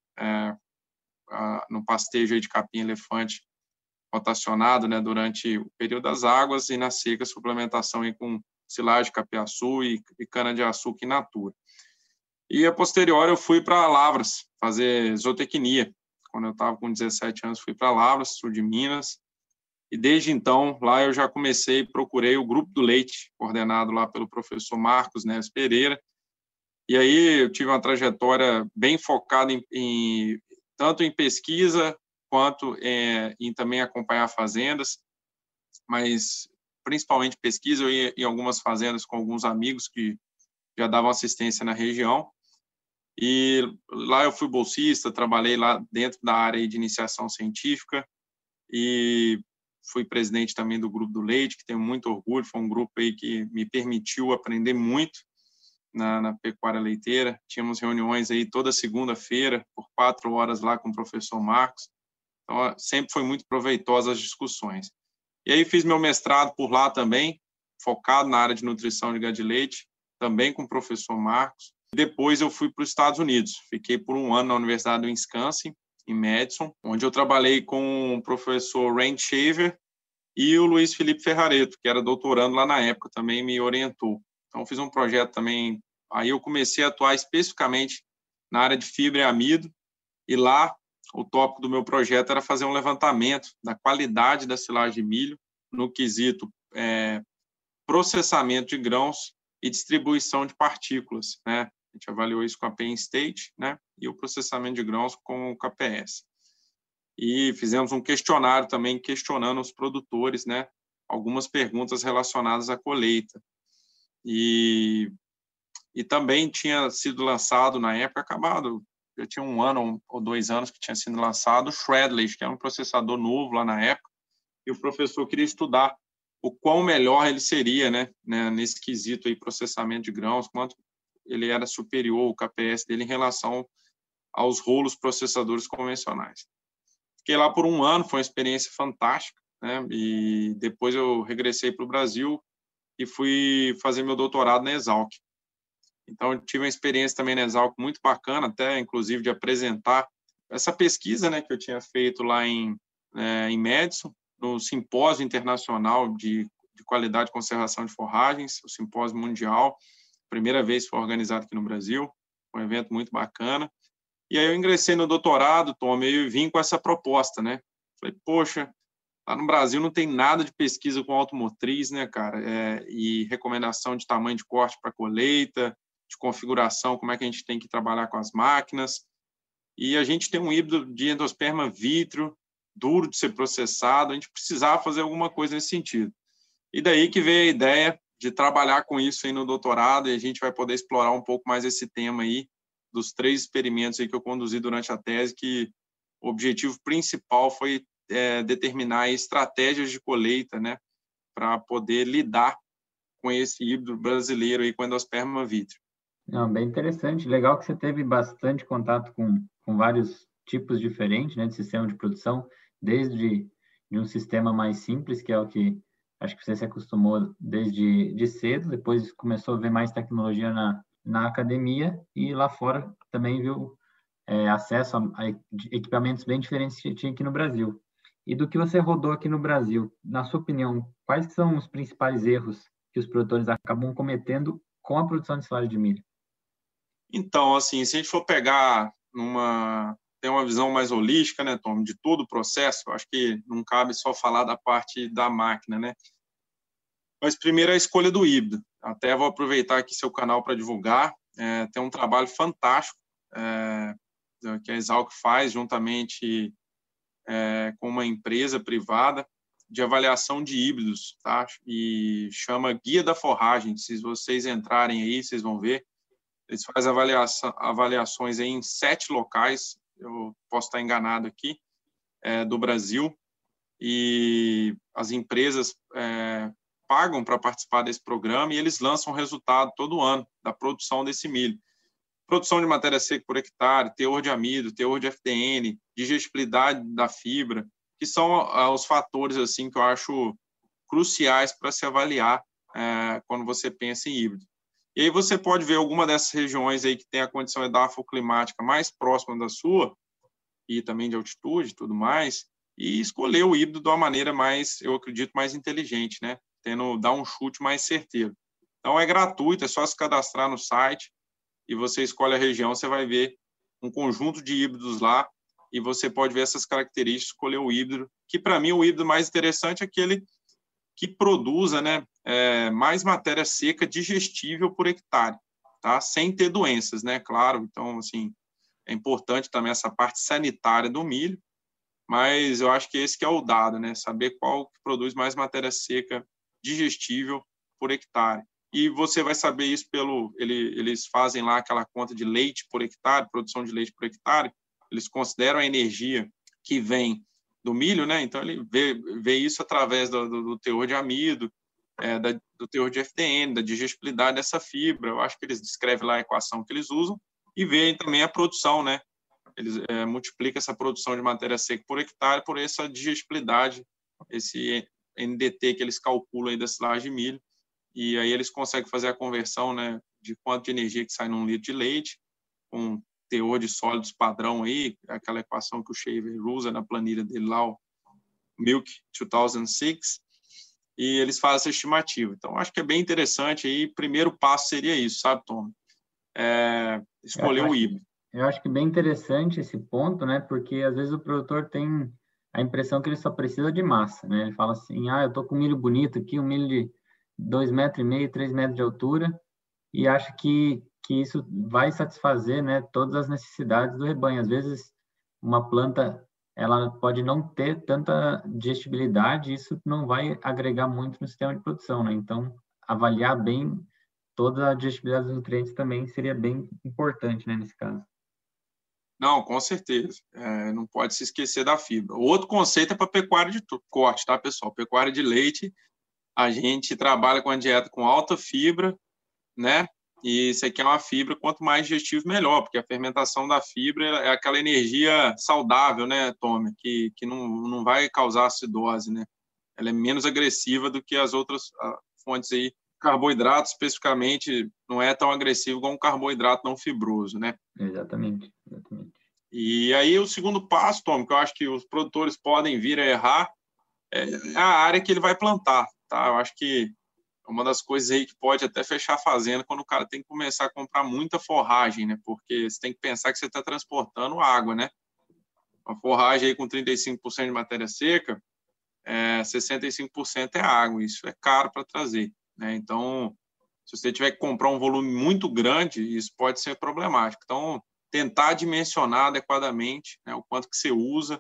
no pastejo aí de capim-elefante rotacionado, né, durante o período das águas, e na seca, suplementação aí com silagem, capiaçu e cana-de-açúcar in natura. E, a posterior, eu fui para Lavras fazer zootecnia. Quando eu estava com 17 anos, fui para Lavras, sul de Minas. E, desde então, lá eu já procurei o Grupo do Leite, coordenado lá pelo professor Marcos Neves Pereira. E aí eu tive uma trajetória bem focada tanto em pesquisa, quanto em também acompanhar fazendas, mas principalmente pesquisa. Eu ia em algumas fazendas com alguns amigos que já davam assistência na região. E lá eu fui bolsista, trabalhei lá dentro da área de iniciação científica e fui presidente também do Grupo do Leite, que tenho muito orgulho. Foi um grupo aí que me permitiu aprender muito na pecuária leiteira. Tínhamos reuniões aí toda segunda-feira, por 4 horas lá com o professor Marcos. Então, sempre foi muito proveitosa as discussões. E aí fiz meu mestrado por lá também, focado na área de nutrição de gado de leite, também com o professor Marcos. Depois eu fui para os Estados Unidos. Fiquei por 1 ano na Universidade do Wisconsin, em Madison, onde eu trabalhei com o professor Randy Shaver e o Luiz Felipe Ferrareto, que era doutorando lá na época, também me orientou. Então, fiz um projeto também. Aí eu comecei a atuar especificamente na área de fibra e amido, e lá o tópico do meu projeto era fazer um levantamento da qualidade da silagem de milho no quesito processamento de grãos e distribuição de partículas, né? A gente avaliou isso com a Penn State, né? E o processamento de grãos com o KPS. E fizemos um questionário também questionando os produtores, né? Algumas perguntas relacionadas à colheita. E também tinha sido lançado na época, acabado, já tinha 1 ano ou 2 anos que tinha sido lançado o Shredley, que era um processador novo lá na época, e o professor queria estudar o quão melhor ele seria, né, nesse quesito aí, processamento de grãos, quanto ele era superior, o KPS dele, em relação aos rolos processadores convencionais. Fiquei lá por 1 ano, foi uma experiência fantástica, né, e depois eu regressei para o Brasil e fui fazer meu doutorado na Exalc. Então, eu tive uma experiência também na Exalc muito bacana, até, inclusive, de apresentar essa pesquisa, né, que eu tinha feito lá em Madison, no Simpósio Internacional de Qualidade e Conservação de Forragens, o Simpósio Mundial. Primeira vez que foi organizado aqui no Brasil, um evento muito bacana. E aí eu ingressei no doutorado, Tom, e vim com essa proposta, né? Falei, poxa, lá no Brasil não tem nada de pesquisa com automotriz, né, cara? E recomendação de tamanho de corte para colheita, de configuração, como é que a gente tem que trabalhar com as máquinas. E a gente tem um híbrido de endosperma vítreo, duro de ser processado, a gente precisava fazer alguma coisa nesse sentido. E daí que veio a ideia de trabalhar com isso aí no doutorado, e a gente vai poder explorar um pouco mais esse tema aí, dos 3 experimentos aí que eu conduzi durante a tese, que o objetivo principal foi determinar estratégias de colheita, né, para poder lidar com esse híbrido brasileiro aí com endosperma vítreo. Não, bem interessante. Legal que você teve bastante contato com vários tipos diferentes, né, de sistema de produção, desde de um sistema mais simples, que é o que acho que você se acostumou desde cedo, depois começou a ver mais tecnologia na academia, e lá fora também viu acesso a equipamentos bem diferentes que tinha aqui no Brasil. E do que você rodou aqui no Brasil, na sua opinião, quais são os principais erros que os produtores acabam cometendo com a produção de silagem de milho? Então, assim, se a gente for pegar tem uma visão mais holística, né, Tom, de todo o processo, eu acho que não cabe só falar da parte da máquina, né? Mas primeiro a escolha do híbrido. Até vou aproveitar aqui seu canal para divulgar. Tem um trabalho fantástico que a Exalc faz juntamente com uma empresa privada de avaliação de híbridos, tá? E chama Guia da Forragem. Se vocês entrarem aí, vocês vão ver. Eles fazem avaliações em 7 locais, eu posso estar enganado aqui, do Brasil, e as empresas pagam para participar desse programa, e eles lançam resultado todo ano da produção desse milho. produção de matéria seca por hectare, teor de amido, teor de FDN, digestibilidade da fibra, que são os fatores assim que eu acho cruciais para se avaliar quando você pensa em híbrido. E aí você pode ver alguma dessas regiões aí que tem a condição edafoclimática mais próxima da sua, e também de altitude e tudo mais, e escolher o híbrido de uma maneira mais, eu acredito, mais inteligente, né? Dar um chute mais certeiro. Então, é gratuito, é só se cadastrar no site e você escolhe a região, você vai ver um conjunto de híbridos lá e você pode ver essas características, escolher o híbrido, que para mim o híbrido mais interessante é aquele que produza, né, mais matéria seca digestível por hectare, tá? Sem ter doenças, né? Claro, então, assim, é importante também essa parte sanitária do milho, mas eu acho que esse que é o dado, né? Saber qual que produz mais matéria seca digestível por hectare. E você vai saber isso eles fazem lá aquela conta de leite por hectare, produção de leite por hectare, eles consideram a energia que vem do milho, né? Então, ele vê isso através do teor de amido, do teor de FDN, da digestibilidade dessa fibra. Eu acho que eles descrevem lá a equação que eles usam e veem também a produção, né? Eles multiplicam essa produção de matéria seca por hectare por essa digestibilidade, esse NDT que eles calculam aí da silagem de milho, e aí eles conseguem fazer a conversão, né, de quanto de energia que sai num litro de leite, com teor de sólidos padrão aí, aquela equação que o Shaver usa na planilha dele lá, o Milk 2006, e eles fazem essa estimativa. Então, acho que é bem interessante aí. Primeiro passo seria isso, sabe, Tom? Escolher o híbrido. Eu acho que bem interessante esse ponto, né? Porque às vezes o produtor tem a impressão que ele só precisa de massa, né? Ele fala assim, eu tô com um milho bonito aqui, um milho de 2,5 metros, 3 metros de altura, e acha que isso vai satisfazer, né, todas as necessidades do rebanho. Às vezes, uma planta, ela pode não ter tanta digestibilidade, e isso não vai agregar muito no sistema de produção, né? Então, avaliar bem toda a digestibilidade dos nutrientes também seria bem importante, né, nesse caso. Não, com certeza. Não pode se esquecer da fibra. O outro conceito é para pecuária de corte, tá, pessoal? Pecuária de leite, a gente trabalha com a dieta com alta fibra, né? E isso aqui é uma fibra, quanto mais digestivo, melhor, porque a fermentação da fibra é aquela energia saudável, né, Tommy? Que não vai causar acidose, né? Ela é menos agressiva do que as outras fontes aí. Carboidrato, especificamente, não é tão agressivo como um carboidrato não fibroso, né? Exatamente. E aí, o segundo passo, Tom, que eu acho que os produtores podem vir a errar, é a área que ele vai plantar, tá? Eu acho que é uma das coisas aí que pode até fechar a fazenda quando o cara tem que começar a comprar muita forragem, né? Porque você tem que pensar que você está transportando água, né? Uma forragem aí com 35% de matéria seca, 65% é água. Isso é caro para trazer, né? Então, se você tiver que comprar um volume muito grande, isso pode ser problemático. Então, tentar dimensionar adequadamente, né, o quanto que você usa.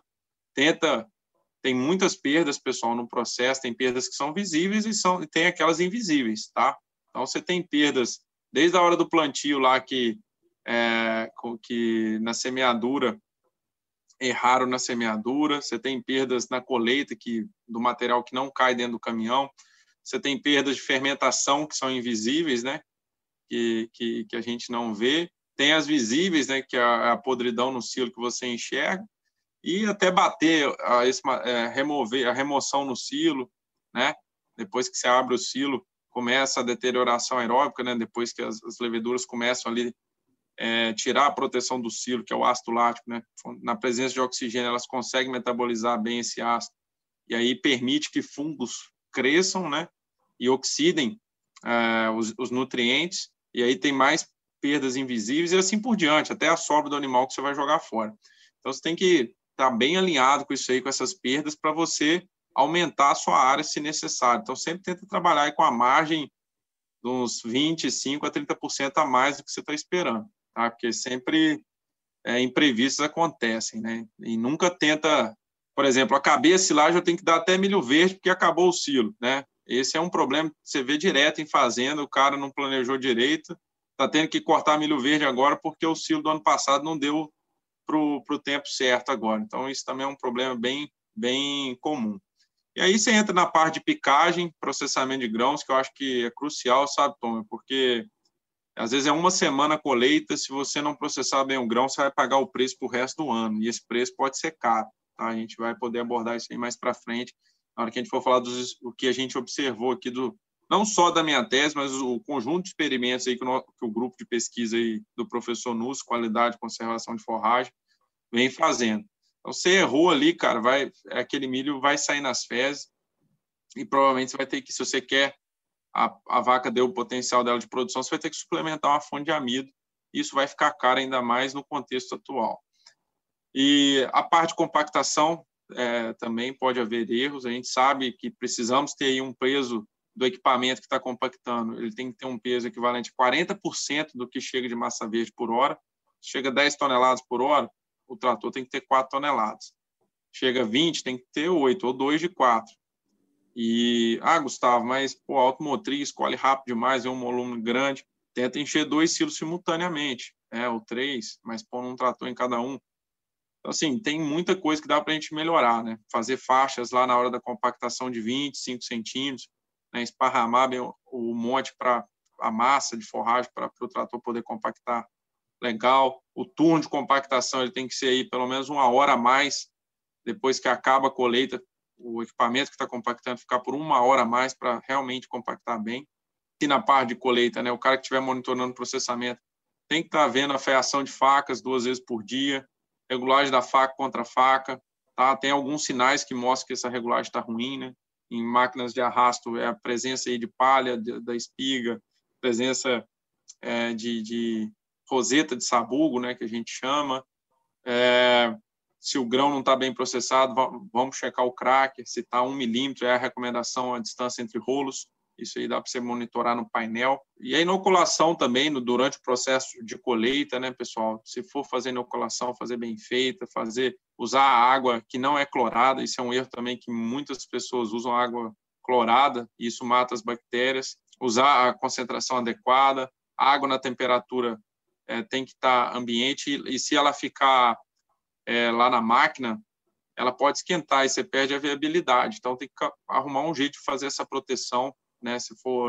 Tem muitas perdas, pessoal, no processo, tem perdas que são visíveis e tem aquelas invisíveis, tá? Então, você tem perdas desde a hora do plantio lá que na semeadura, erraram na semeadura, você tem perdas na colheita do material que não cai dentro do caminhão, você tem perdas de fermentação que são invisíveis, né? Que a gente não vê, tem as visíveis, né? Que é a podridão no silo que você enxerga, e até bater, remover a remoção no silo, né? Depois que você abre o silo, começa a deterioração aeróbica, né? Depois que as leveduras começam ali tirar a proteção do silo, que é o ácido lático, né? Na presença de oxigênio, elas conseguem metabolizar bem esse ácido, e aí permite que fungos cresçam, né? E oxidem os nutrientes, e aí tem mais perdas invisíveis e assim por diante, até a sobra do animal que você vai jogar fora. Então, você tem que estar bem alinhado com isso aí, com essas perdas, para você aumentar a sua área se necessário. Então, sempre tenta trabalhar aí com a margem de uns 25% a 30% a mais do que você está esperando, tá? Porque sempre imprevistos acontecem, né? E nunca tenta, por exemplo, acabei a silagem, eu tenho que dar até milho verde porque acabou o silo, né? Esse é um problema que você vê direto em fazenda, o cara não planejou direito, está tendo que cortar milho verde agora porque o silo do ano passado não deu para o tempo certo agora. Então, isso também é um problema bem, bem comum. E aí você entra na parte de picagem, processamento de grãos, que eu acho que é crucial, sabe, Tom? Porque Às vezes é uma semana a colheita, se você não processar bem o grão, você vai pagar o preço para o resto do ano, e esse preço pode ser caro. Tá? A gente vai poder abordar isso aí mais para frente, na hora que a gente for falar do que a gente observou aqui, não só da minha tese, mas o conjunto de experimentos aí que o grupo de pesquisa aí do professor Nusso, qualidade e conservação de forragem, vem fazendo. Então, você errou ali, cara, aquele milho vai sair nas fezes e provavelmente você vai ter que, se você quer a vaca deu o potencial dela de produção, você vai ter que suplementar uma fonte de amido. Isso vai ficar caro ainda mais no contexto atual. E a parte de compactação também pode haver erros. A gente sabe que precisamos ter aí um peso do equipamento que está compactando. Ele tem que ter um peso equivalente a 40% do que chega de massa verde por hora. Chega 10 toneladas por hora, o trator tem que ter 4 toneladas. Chega 20, tem que ter 8, ou 2 de 4. E, Gustavo, mas a automotriz colhe rápido demais, é um volume grande, tenta encher 2 silos simultaneamente, ou 3, mas põe um trator em cada um. Então, assim, tem muita coisa que dá para a gente melhorar, né? Fazer faixas lá na hora da compactação de 25 centímetros, né? Esparramar bem o monte para a massa de forragem para o trator poder compactar legal. O turno de compactação ele tem que ser aí pelo menos 1 hora a mais depois que acaba a colheita, o equipamento que está compactando ficar por 1 hora a mais para realmente compactar bem. E na parte de colheita, né, o cara que estiver monitorando o processamento tem que estar vendo a freação de facas 2 vezes por dia, regulagem da faca contra a faca, tá? Tem alguns sinais que mostram que essa regulagem está ruim, né? Em máquinas de arrasto, a presença aí de palha da espiga, presença de roseta de sabugo, né, que a gente chama. Se o grão não está bem processado, vamos checar o cracker, se está 1 milímetro, é a recomendação a distância entre rolos, isso aí dá para você monitorar no painel. E a inoculação também, durante o processo de colheita, né, pessoal? Se for fazer inoculação, fazer bem feita, usar a água que não é clorada, isso é um erro também que muitas pessoas usam água clorada, e isso mata as bactérias. Usar a concentração adequada, a água na temperatura tem que estar ambiente, e se ela ficar lá na máquina, ela pode esquentar e você perde a viabilidade. Então, tem que arrumar um jeito de fazer essa proteção, né? Se for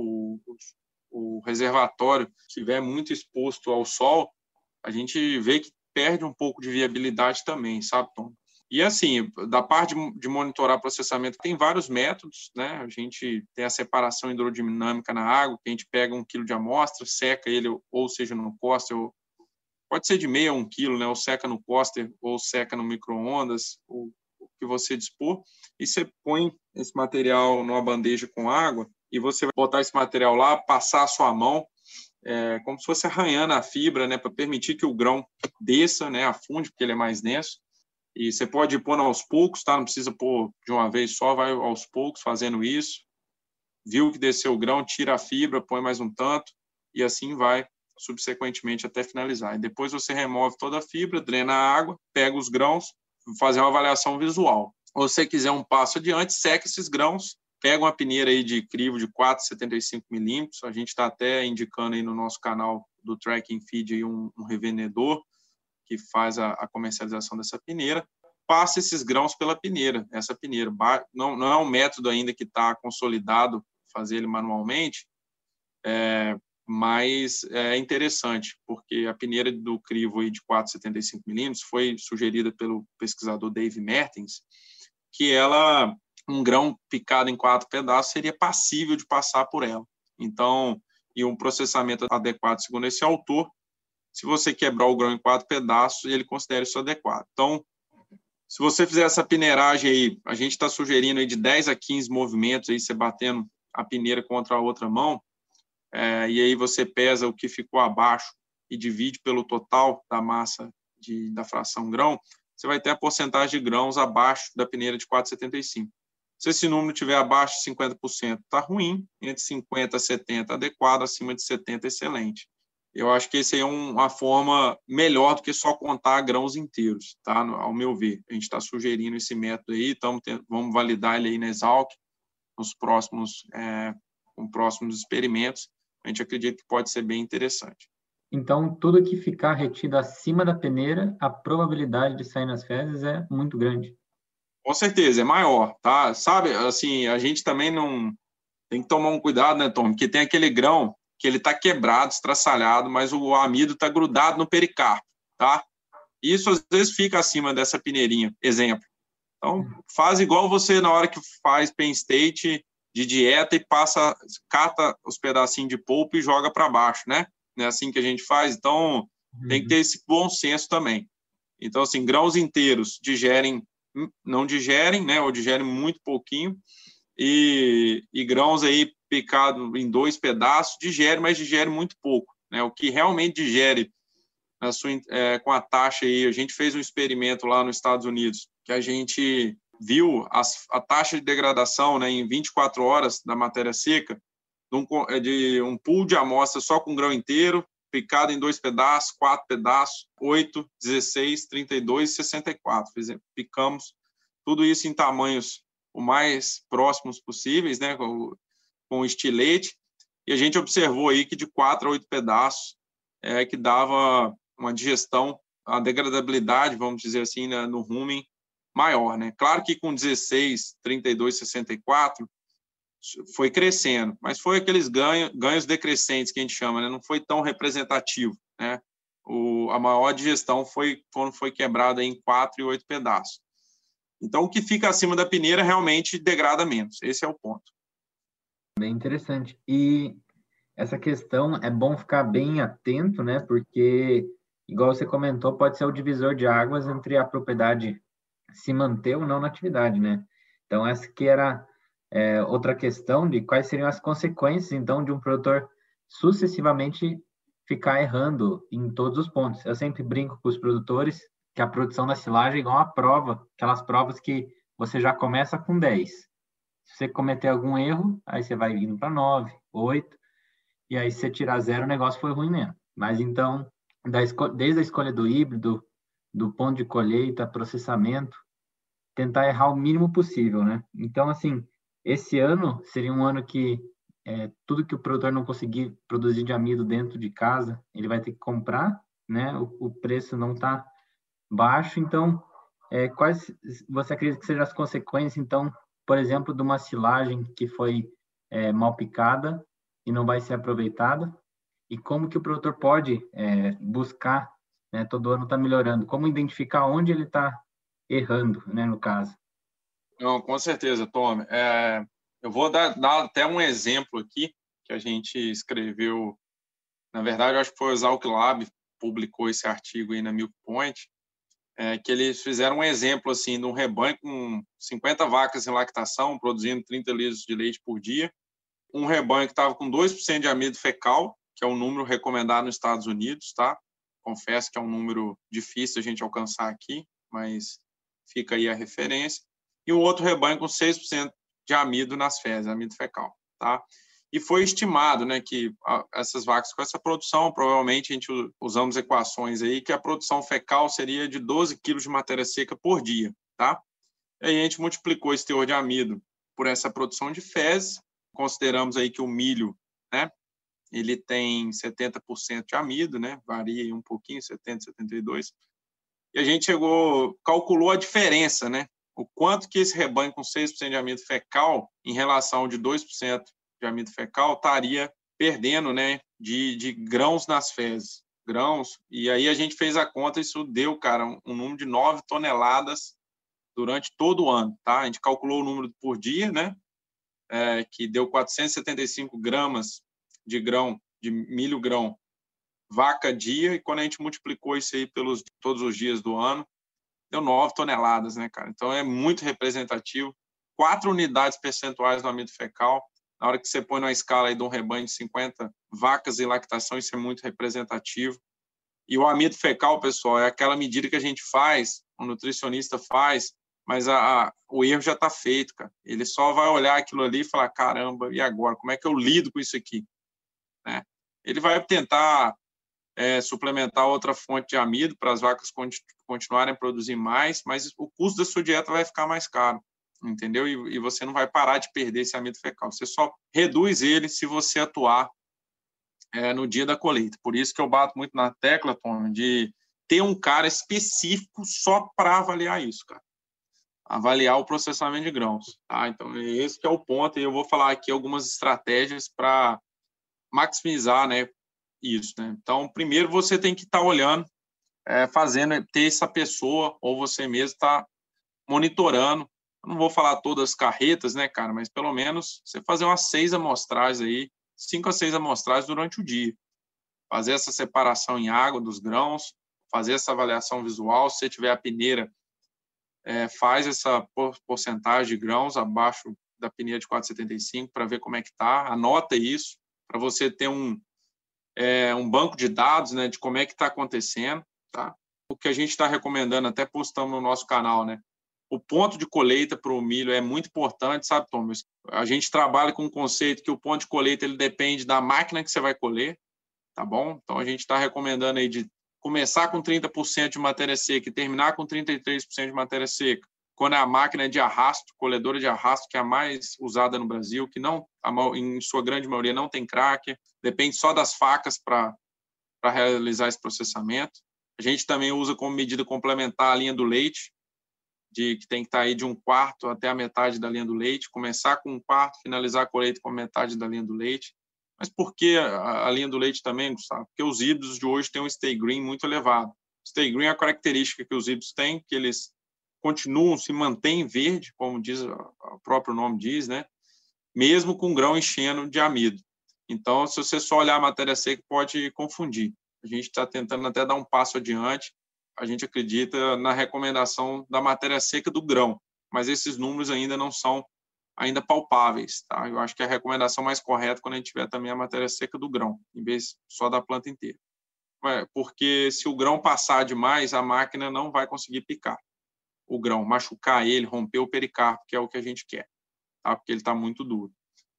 o reservatório estiver muito exposto ao sol, a gente vê que perde um pouco de viabilidade também, sabe, Tom? E, assim, da parte de monitorar processamento, tem vários métodos, né? A gente tem a separação hidrodinâmica na água, que a gente pega 1 quilo de amostra, seca ele, ou seja, no coster, pode ser de meio a 1 quilo, né? Ou seca no coster, ou seca no micro-ondas, o que você dispor, e você põe esse material numa bandeja com água, e você vai botar esse material lá, passar a sua mão, como se fosse arranhando a fibra, né? Para permitir que o grão desça, né? Afunde, porque ele é mais denso. E você pode ir pondo aos poucos, tá? Não precisa pôr de uma vez só, vai aos poucos fazendo isso. Viu que desceu o grão, tira a fibra, põe mais um tanto, e assim vai subsequentemente até finalizar. E depois você remove toda a fibra, drena a água, pega os grãos, fazer uma avaliação visual. Ou se você quiser um passo adiante, seca esses grãos, pega uma peneira aí de crivo de 4,75 milímetros, a gente está até indicando aí no nosso canal do Tracking Feed aí um revendedor que faz a comercialização dessa peneira, passa esses grãos pela peneira. Essa peneira não é um método ainda que está consolidado, fazer ele manualmente, mas é interessante, porque a peneira do crivo aí de 4,75 milímetros foi sugerida pelo pesquisador Dave Mertens, que um grão picado em 4 pedaços seria passível de passar por ela. Então, e um processamento adequado, segundo esse autor, se você quebrar o grão em 4 pedaços, ele considera isso adequado. Então, se você fizer essa peneiragem aí, a gente está sugerindo aí de 10 a 15 movimentos, aí você batendo a peneira contra a outra mão, e aí você pesa o que ficou abaixo e divide pelo total da massa da fração grão, você vai ter a porcentagem de grãos abaixo da peneira de 4,75. Se esse número estiver abaixo de 50%, está ruim, entre 50% a 70% adequado, acima de 70% excelente. Eu acho que esse aí é uma forma melhor do que só contar grãos inteiros, tá? Ao meu ver. A gente está sugerindo esse método aí, vamos validar ele aí na Exalc, nos próximos experimentos. A gente acredita que pode ser bem interessante. Então, tudo que ficar retido acima da peneira, a probabilidade de sair nas fezes é muito grande. Com certeza, é maior, tá? Sabe, assim, a gente também não tem que tomar um cuidado, né, Tom? Porque tem aquele grão que ele está quebrado, estraçalhado, mas o amido está grudado no pericarpo, tá? Isso às vezes fica acima dessa peneirinha, exemplo. Então, faz igual você na hora que faz Penn State de dieta e cata os pedacinhos de polpa e joga para baixo, né? Não é assim que a gente faz? Então, tem que ter esse bom senso também. Então, assim, grãos inteiros não digerem, né? Ou digerem muito pouquinho. E grãos aí picados em 2 pedaços, digere, mas digere muito pouco, né? O que realmente digere com a taxa aí, a gente fez um experimento lá nos Estados Unidos, que a gente viu a taxa de degradação, né, em 24 horas da matéria seca, de um pool de amostra só com grão inteiro, picado em 2 pedaços, 4 pedaços, 8, 16, 32 e 64. Picamos tudo isso em tamanhos o mais próximos possíveis, né, com estilete, e a gente observou aí que de 4 a 8 pedaços que dava uma digestão, a degradabilidade, vamos dizer assim, né, no rumen maior, né? Claro que com 16, 32, 64 foi crescendo, mas foi aqueles ganhos decrescentes que a gente chama, né? Não foi tão representativo, né? A maior digestão foi quando foi quebrada em 4 e 8 pedaços. Então, o que fica acima da peneira realmente degrada menos. Esse é o ponto. Bem interessante. E essa questão é bom ficar bem atento, né? Porque, igual você comentou, pode ser o divisor de águas entre a propriedade se manter ou não na atividade, né? Então, essa que era outra questão de quais seriam as consequências, então, de um produtor sucessivamente ficar errando em todos os pontos. Eu sempre brinco com os produtores que a produção da silagem é igual uma prova, aquelas provas que você já começa com 10. Se você cometer algum erro, aí você vai indo para 9, 8, e aí se você tirar 0, o negócio foi ruim mesmo. Mas então, desde a escolha do híbrido, do ponto de colheita, processamento, tentar errar o mínimo possível, né? Então, assim, esse ano seria um ano que tudo que o produtor não conseguir produzir de amido dentro de casa, ele vai ter que comprar, né? O preço não está baixo, então, quais você acredita que sejam as consequências, então, por exemplo, de uma silagem que foi mal picada e não vai ser aproveitada? E como que o produtor pode buscar, né, todo ano está melhorando, como identificar onde ele está errando, né, no caso? Não, com certeza, Tom. Eu vou dar até um exemplo aqui que a gente escreveu. Na verdade, eu acho que foi o Exalc Lab publicou esse artigo aí na Milk Point, que eles fizeram um exemplo assim de um rebanho com 50 vacas em lactação, produzindo 30 litros de leite por dia, um rebanho que estava com 2% de amido fecal, que é um número recomendado nos Estados Unidos, tá? Confesso que é um número difícil a gente alcançar aqui, mas fica aí a referência. E um outro rebanho com 6% de amido nas fezes, amido fecal, tá? E foi estimado, né, que essas vacas com essa produção, provavelmente a gente usamos equações aí, que a produção fecal seria de 12 quilos de matéria seca por dia, tá? E aí a gente multiplicou esse teor de amido por essa produção de fezes, consideramos aí que o milho, né, ele tem 70% de amido, né, varia um pouquinho, 70, 72, e a gente calculou a diferença, né, o quanto que esse rebanho com 6% de amido fecal, em relação ao de 2% de amido fecal, estaria perdendo, né, de grãos nas fezes. Grãos, e aí a gente fez a conta, isso deu, cara, um número de 9 toneladas durante todo o ano, tá? A gente calculou o número por dia, né, que deu 475 gramas de grão, de milho grão, vaca dia, e quando a gente multiplicou isso aí pelos todos os dias do ano, deu 9 toneladas, né, cara? Então é muito representativo. 4 unidades percentuais no amido fecal. Na hora que você põe numa escala aí de um rebanho de 50 vacas em lactação, isso é muito representativo. E o amido fecal, pessoal, é aquela medida que a gente faz, o nutricionista faz, mas o erro já está feito, cara. Ele só vai olhar aquilo ali e falar, caramba, e agora? Como é que eu lido com isso aqui? Né? Ele vai tentar suplementar outra fonte de amido para as vacas continuarem a produzir mais, mas o custo da sua dieta vai ficar mais caro, entendeu? E você não vai parar de perder esse amido fecal. Você só reduz ele se você atuar no dia da colheita. Por isso que eu bato muito na tecla, Tom, de ter um cara específico só para avaliar isso, cara. Avaliar o processamento de grãos, tá? Então, esse que é o ponto, e eu vou falar aqui algumas estratégias para maximizar, né, isso, né? Então, primeiro você tem que estar olhando, ter essa pessoa ou você mesmo estar monitorando. Eu não vou falar todas as carretas, né, cara, mas pelo menos você fazer umas 6 amostragens aí, 5 a 6 amostragens durante o dia. Fazer essa separação em água dos grãos, fazer essa avaliação visual. Se você tiver a peneira, faz essa porcentagem de grãos abaixo da peneira de 4,75 para ver como é que está. Anota isso para você ter um banco de dados, né, de como é que está acontecendo, tá? O que a gente está recomendando, até postamos no nosso canal, né? O ponto de colheita para o milho é muito importante, sabe, Thomas? A gente trabalha com um conceito que o ponto de colheita ele depende da máquina que você vai colher, tá bom? Então, a gente está recomendando aí de começar com 30% de matéria seca e terminar com 33% de matéria seca. Quando a máquina é de arrasto, colhedora de arrasto, que é a mais usada no Brasil, que não, em sua grande maioria não tem cracker, depende só das facas para realizar esse processamento. A gente também usa como medida complementar a linha do leite, que tem que estar aí de 1/4 até a metade da linha do leite, começar com 1/4, finalizar a colheita com a metade da linha do leite. Mas por que a linha do leite também, Gustavo? Porque os híbridos de hoje têm um stay green muito elevado. Stay green é a característica que os híbridos têm, que eles continuam, se mantêm verde, como diz o próprio nome diz, né? Mesmo com grão enchendo de amido. Então, se você só olhar a matéria seca, pode confundir. A gente está tentando até dar um passo adiante. A gente acredita na recomendação da matéria seca do grão, mas esses números ainda não são ainda palpáveis, tá? Eu acho que a recomendação mais correta é quando a gente tiver também a matéria seca do grão, em vez só da planta inteira. Porque se o grão passar demais, a máquina não vai conseguir picar o grão, machucar ele, romper o pericarpo, que é o que a gente quer, tá? Porque ele está muito duro.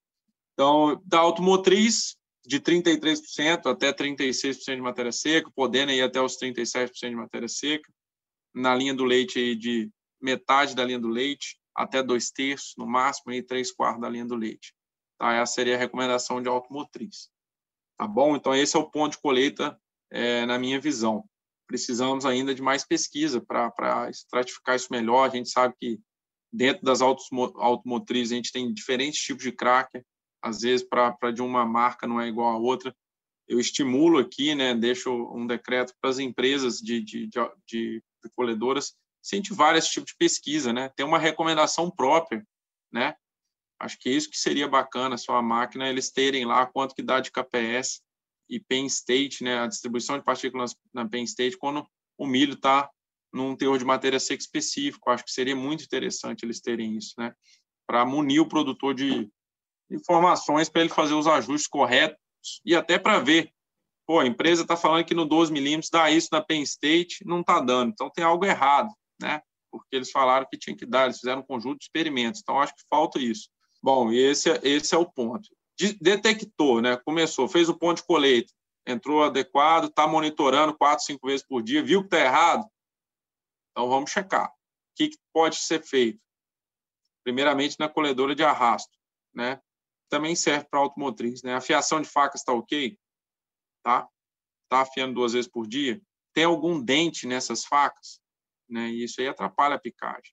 Então, da automotriz, de 33% até 36% de matéria seca, podendo ir até os 37% de matéria seca. Na linha do leite, aí, de metade da linha do leite até 2/3, no máximo, aí 3/4 da linha do leite. Tá? Essa seria a recomendação de automotriz. Tá bom? Então, esse é o ponto de colheita, na minha visão. Precisamos ainda de mais pesquisa para estratificar isso melhor. A gente sabe que dentro das automotrizes a gente tem diferentes tipos de cracker. Às vezes, para de uma marca não é igual a outra. Eu estimulo aqui, né, deixo um decreto para as empresas de colhedoras incentivar esse tipo de pesquisa, né? Ter uma recomendação própria, né? Acho que é isso que seria bacana, a sua máquina, eles terem lá quanto que dá de KPS e pen state, né? A distribuição de partículas na pen state quando o milho está num teor de matéria seca específico. Acho que seria muito interessante eles terem isso, né? Para munir o produtor de informações para ele fazer os ajustes corretos e até para ver, pô, a empresa está falando que no 12 milímetros dá isso na pen state, não está dando, então tem algo errado, né? Porque eles falaram que tinha que dar, eles fizeram um conjunto de experimentos, então acho que falta isso. Bom, e esse é o ponto. Detectou, né? Começou, fez o ponto de colheita, entrou adequado, está monitorando 4, 5 vezes por dia, viu que está errado? Então vamos checar. O que pode ser feito? Primeiramente na colhedora de arrasto, né? Também serve para automotriz, né? A afiação de facas está ok? Tá afiando 2 vezes por dia? Tem algum dente nessas facas? Né? E isso aí atrapalha a picagem.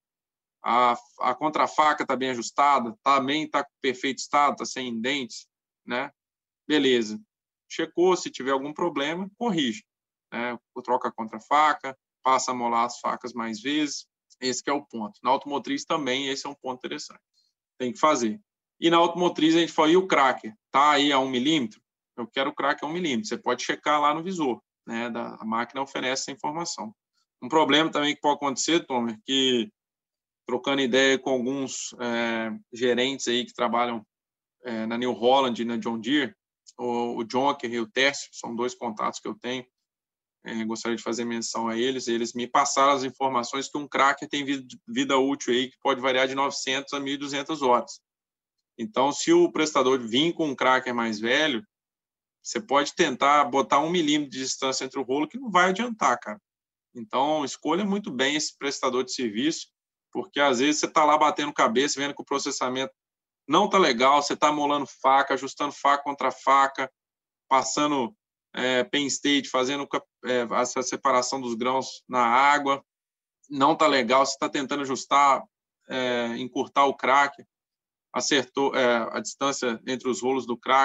A contrafaca está bem ajustada? Também está com perfeito estado? Está sem dentes? Né? Beleza. Checou, se tiver algum problema, corrige. Né? Troca a contrafaca, passa a molar as facas mais vezes. Esse que é o ponto. Na automotriz também, esse é um ponto interessante. Tem que fazer. E na automotriz a gente fala, e o cracker? Tá aí a 1 milímetro? Eu quero o cracker a 1 milímetro. Você pode checar lá no visor, né? A máquina oferece essa informação. Um problema também que pode acontecer, Tom, é que, trocando ideia com alguns gerentes aí que trabalham na New Holland e na John Deere, o Jonker e o Tércio, são 2 contatos que eu tenho, gostaria de fazer menção a eles. Eles me passaram as informações que um cracker tem vida útil aí que pode variar de 900 a 1.200 horas. Então, se o prestador vir com um cracker mais velho, você pode tentar botar 1 milímetro de distância entre o rolo, que não vai adiantar, cara. Então, escolha muito bem esse prestador de serviço, porque às vezes você está lá batendo cabeça, vendo que o processamento não está legal, você está molando faca, ajustando faca contra faca, passando pen state, fazendo essa separação dos grãos na água, não está legal, você está tentando ajustar, encurtar o cracker, acertou a distância entre os rolos do cracker,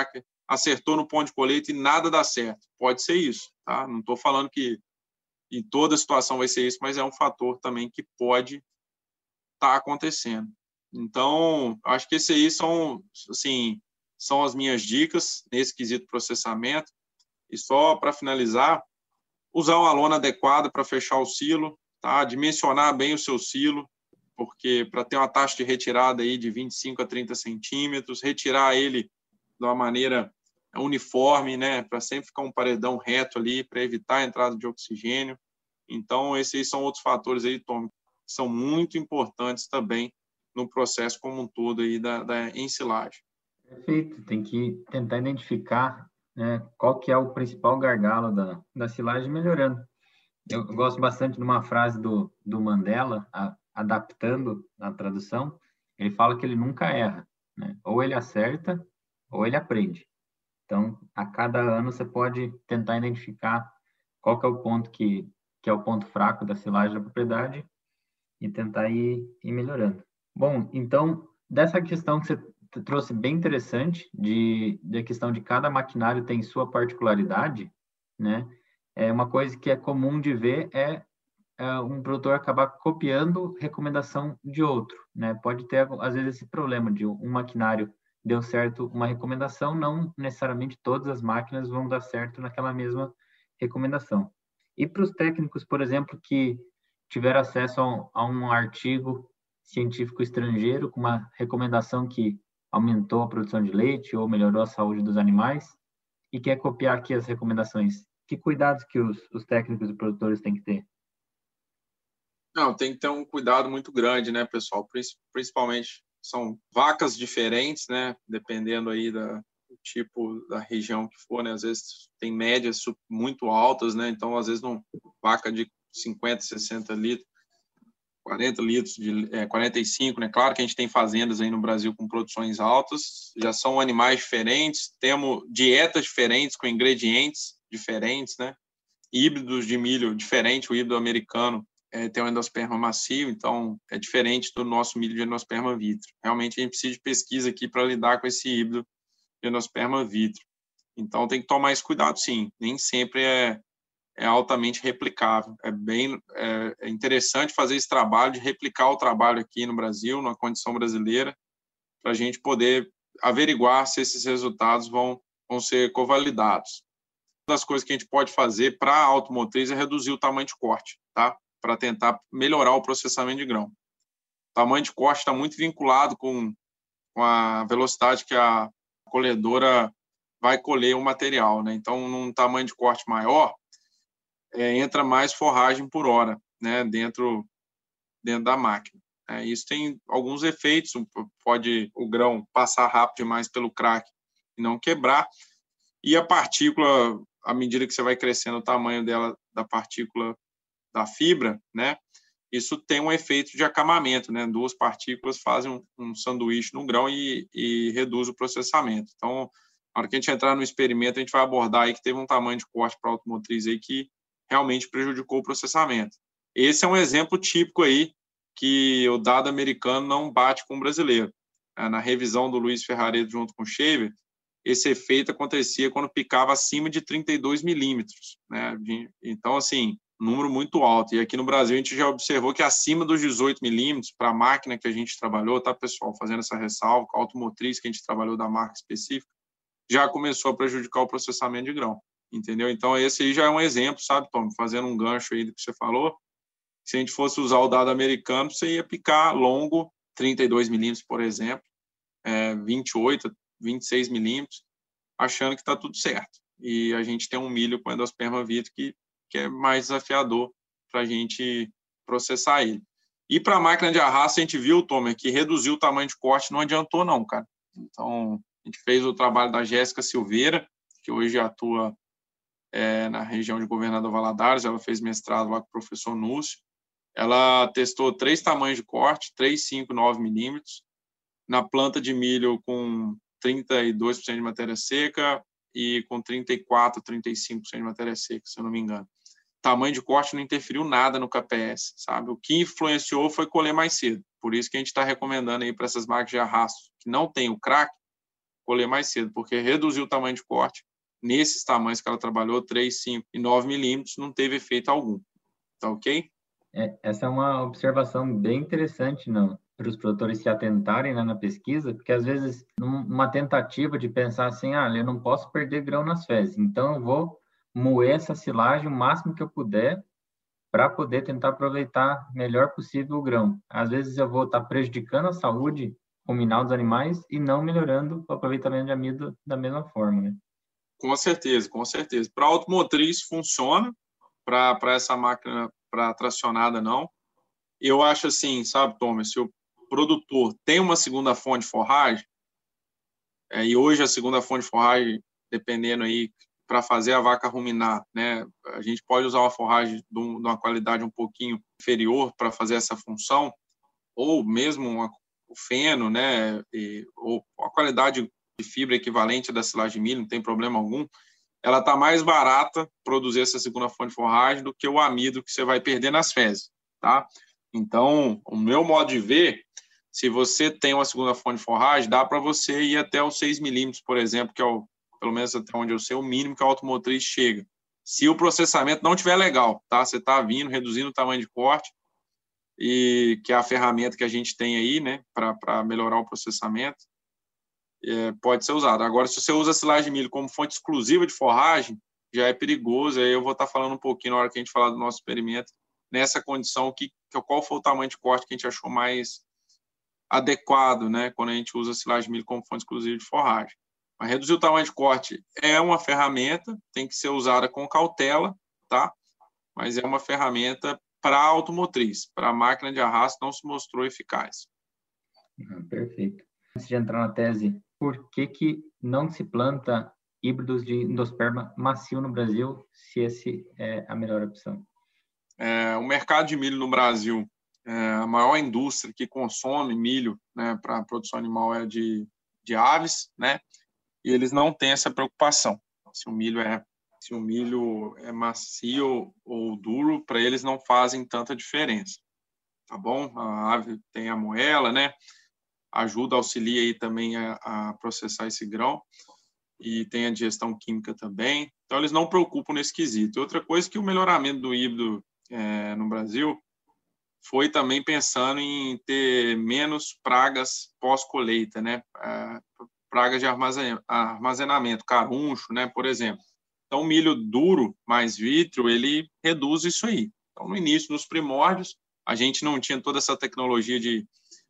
acertou no ponto de colheita e nada dá certo. Pode ser isso, tá? Não estou falando que em toda situação vai ser isso, mas é um fator também que pode estar acontecendo. Então, acho que esses aí são, assim, são as minhas dicas nesse quesito processamento. E só para finalizar, usar uma lona adequada para fechar o silo, tá? Dimensionar bem o seu silo, porque para ter uma taxa de retirada aí de 25 a 30 centímetros, retirar ele de uma maneira uniforme, né? Para sempre ficar um paredão reto ali, para evitar a entrada de oxigênio. Então, esses são outros fatores aí, Tom, que são muito importantes também no processo como um todo aí da ensilagem. Perfeito, tem que tentar identificar, né, qual que é o principal gargalo da silagem melhorando. Eu gosto bastante de uma frase do Mandela, adaptando a tradução, ele fala que ele nunca erra, né? Ou ele acerta, ou ele aprende. Então, a cada ano você pode tentar identificar qual que é o ponto que é o ponto fraco da silagem da propriedade e tentar ir melhorando. Bom, então, dessa questão que você trouxe bem interessante, de questão de cada maquinário tem sua particularidade, né? Uma coisa que é comum de ver é um produtor acabar copiando recomendação de outro, né? Pode ter, às vezes, esse problema de um maquinário deu certo uma recomendação, não necessariamente todas as máquinas vão dar certo naquela mesma recomendação. E para os técnicos, por exemplo, que tiveram acesso a um artigo científico estrangeiro com uma recomendação que aumentou a produção de leite ou melhorou a saúde dos animais e quer copiar aqui as recomendações, que cuidados que os técnicos e produtores têm que ter? Não, tem que ter um cuidado muito grande, né, pessoal? Principalmente são vacas diferentes, né? Dependendo aí do tipo da região que for, né? Às vezes tem médias muito altas, né? Então, às vezes, vaca de 50, 60 litros, 40 litros, 45, né? Claro que a gente tem fazendas aí no Brasil com produções altas, já são animais diferentes, temos dietas diferentes, com ingredientes diferentes, né? Híbridos de milho diferente, o híbrido americano tem um endosperma macio, então é diferente do nosso milho de endosperma vítreo. Realmente a gente precisa de pesquisa aqui para lidar com esse híbrido de endosperma vítreo. Então tem que tomar esse cuidado, sim. Nem sempre é altamente replicável. É interessante fazer esse trabalho de replicar o trabalho aqui no Brasil, na condição brasileira, para a gente poder averiguar se esses resultados vão ser covalidados. Uma das coisas que a gente pode fazer para a automotriz é reduzir o tamanho de corte, tá? Para tentar melhorar o processamento de grão. O tamanho de corte está muito vinculado com a velocidade que a colhedora vai colher o material, né? Então, num tamanho de corte maior, entra mais forragem por hora, né? Dentro da máquina. Isso tem alguns efeitos, pode o grão passar rápido demais pelo crack e não quebrar, e a partícula, à medida que você vai crescendo o tamanho dela, da partícula da fibra, né? Isso tem um efeito de acamamento, né? Duas partículas fazem um sanduíche no grão e reduz o processamento. Então, na hora que a gente entrar no experimento, a gente vai abordar aí que teve um tamanho de corte para a automotriz aí que realmente prejudicou o processamento. Esse é um exemplo típico aí que o dado americano não bate com o brasileiro. Na revisão do Luiz Ferrareto junto com o Shaver, esse efeito acontecia quando picava acima de 32 milímetros, né? Então, assim, um número muito alto. E aqui no Brasil a gente já observou que acima dos 18 milímetros, para a máquina que a gente trabalhou, tá, pessoal? Fazendo essa ressalva, com a automotriz que a gente trabalhou da marca específica, já começou a prejudicar o processamento de grão, entendeu? Então, esse aí já é um exemplo, sabe, Tom? Fazendo um gancho aí do que você falou, se a gente fosse usar o dado americano, você ia picar longo, 32 milímetros, por exemplo, 28, 26 milímetros, achando que está tudo certo. E a gente tem um milho com endosperma vítreo que é mais desafiador para a gente processar ele. E para a máquina de arrasto, a gente viu, Tomer, que reduzir o tamanho de corte não adiantou não, cara. Então, a gente fez o trabalho da Jéssica Silveira, que hoje atua na região de Governador Valadares, ela fez mestrado lá com o professor Núcio. Ela testou 3 tamanhos de corte, 3, 5, 9 milímetros, na planta de milho com 32% de matéria seca e com 34%, 35% de matéria seca, se eu não me engano. Tamanho de corte não interferiu nada no KPS, sabe? O que influenciou foi colher mais cedo. Por isso que a gente está recomendando aí para essas máquinas de arrasto que não tem o crack, colher mais cedo, porque reduziu o tamanho de corte nesses tamanhos que ela trabalhou, 3, 5 e 9 milímetros, não teve efeito algum. Tá ok? Essa é uma observação bem interessante, não, para os produtores se atentarem, né, na pesquisa, porque às vezes numa tentativa de pensar assim, eu não posso perder grão nas fezes, então eu vou moer essa silagem o máximo que eu puder para poder tentar aproveitar melhor possível o grão. Às vezes eu vou estar prejudicando a saúde ruminal dos animais e não melhorando o aproveitamento de amido da mesma forma, né? Com certeza, com certeza. Para automotriz funciona, para essa máquina, para tracionada não. Eu acho assim, sabe, Thomas, se o produtor tem uma segunda fonte de forragem, e hoje a segunda fonte de forragem, dependendo aí, para fazer a vaca ruminar, né, a gente pode usar uma forragem de uma qualidade um pouquinho inferior para fazer essa função, ou mesmo o feno, né, ou a qualidade de fibra equivalente da silagem de milho, não tem problema algum, ela está mais barata produzir essa segunda fonte de forragem do que o amido que você vai perder nas fezes, tá? Então, o meu modo de ver, se você tem uma segunda fonte de forragem, dá para você ir até os 6 milímetros, por exemplo, que é pelo menos até onde eu sei, o mínimo que a automotriz chega. Se o processamento não estiver legal, tá? Você está vindo, reduzindo o tamanho de corte, e que é a ferramenta que a gente tem aí, né, para melhorar o processamento, pode ser usado. Agora, se você usa a silagem de milho como fonte exclusiva de forragem, já é perigoso. Aí eu vou estar falando um pouquinho na hora que a gente falar do nosso experimento, nessa condição, qual foi o tamanho de corte que a gente achou mais adequado, né, quando a gente usa a silagem de milho como fonte exclusiva de forragem. Mas reduzir o tamanho de corte é uma ferramenta, tem que ser usada com cautela, tá? Mas é uma ferramenta para a automotriz. Para a máquina de arrasto não se mostrou eficaz. Perfeito. Antes de entrar na tese, por que não se planta híbridos de endosperma macio no Brasil, se esse é a melhor opção? O mercado de milho no Brasil, a maior indústria que consome milho, né, para a produção animal é de aves, né? E eles não têm essa preocupação. Se o milho é macio ou duro, para eles não fazem tanta diferença, tá bom? A ave tem a moela, né? Auxilia aí também a processar esse grão, e tem a digestão química também. Então, eles não preocupam nesse quesito. Outra coisa que o melhoramento do híbrido no Brasil foi também pensando em ter menos pragas pós-colheita, né? Pragas de armazenamento, caruncho, né, por exemplo. Então, o milho duro mais vítreo, ele reduz isso aí. Então, no início, nos primórdios, a gente não tinha toda essa tecnologia de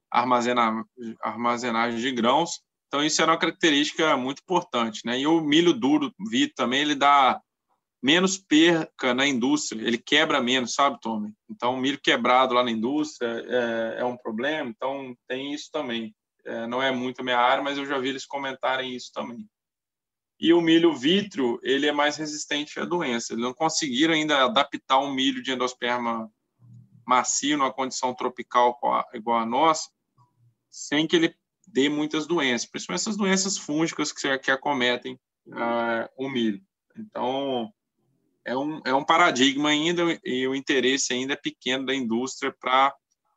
armazenagem de grãos, então isso era uma característica muito importante, né? E o milho duro, vítreo também, ele dá menos perca na indústria, ele quebra menos, sabe, Tommy? Então, o milho quebrado lá na indústria é um problema, então tem isso também. Não é muito a minha área, mas eu já vi eles comentarem isso também. E o milho vítreo, ele é mais resistente à doença. Eles não conseguiram ainda adaptar um milho de endosperma macio numa condição tropical igual a nossa, sem que ele dê muitas doenças, principalmente essas doenças fúngicas que acometem o milho. Então, é um paradigma ainda, e o interesse ainda é pequeno da indústria para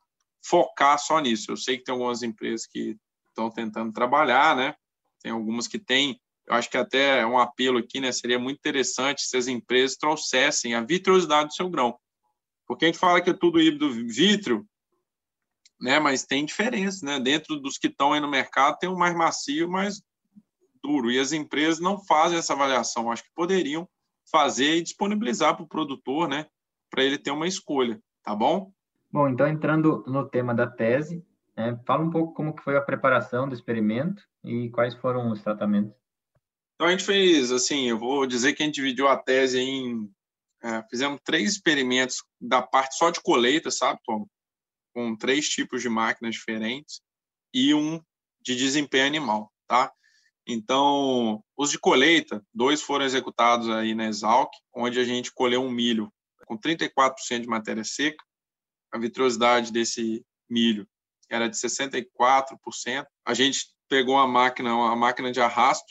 focar só nisso. Eu sei que tem algumas empresas que estão tentando trabalhar, né? Tem algumas que têm. Eu acho que até um apelo aqui, né? Seria muito interessante se as empresas trouxessem a vitrosidade do seu grão. Porque a gente fala que é tudo híbrido vítreo, né? Mas tem diferença, né? Dentro dos que estão aí no mercado, tem o mais macio e o mais duro. E as empresas não fazem essa avaliação. Acho que poderiam fazer e disponibilizar para o produtor, né? Para ele ter uma escolha, tá bom? Bom, então entrando no tema da tese, fala um pouco como que foi a preparação do experimento e quais foram os tratamentos. Então a gente fez, assim, eu vou dizer que a gente dividiu a tese fizemos 3 experimentos da parte só de colheita, sabe, Tom? Com 3 tipos de máquinas diferentes e um de desempenho animal, tá? Então, os de colheita, 2 foram executados aí na Exalc, onde a gente colheu um milho com 34% de matéria seca. A vitrosidade desse milho era de 64%. A gente pegou uma máquina de arrasto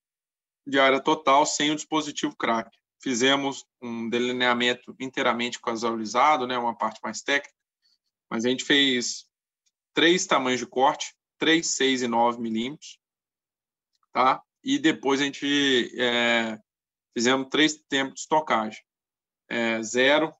de área total sem o dispositivo crack. Fizemos um delineamento inteiramente casualizado, né, uma parte mais técnica, mas a gente fez 3 tamanhos de corte, 3, 6 e 9 milímetros. tá? E depois a gente fizemos 3 tempos de estocagem, 0,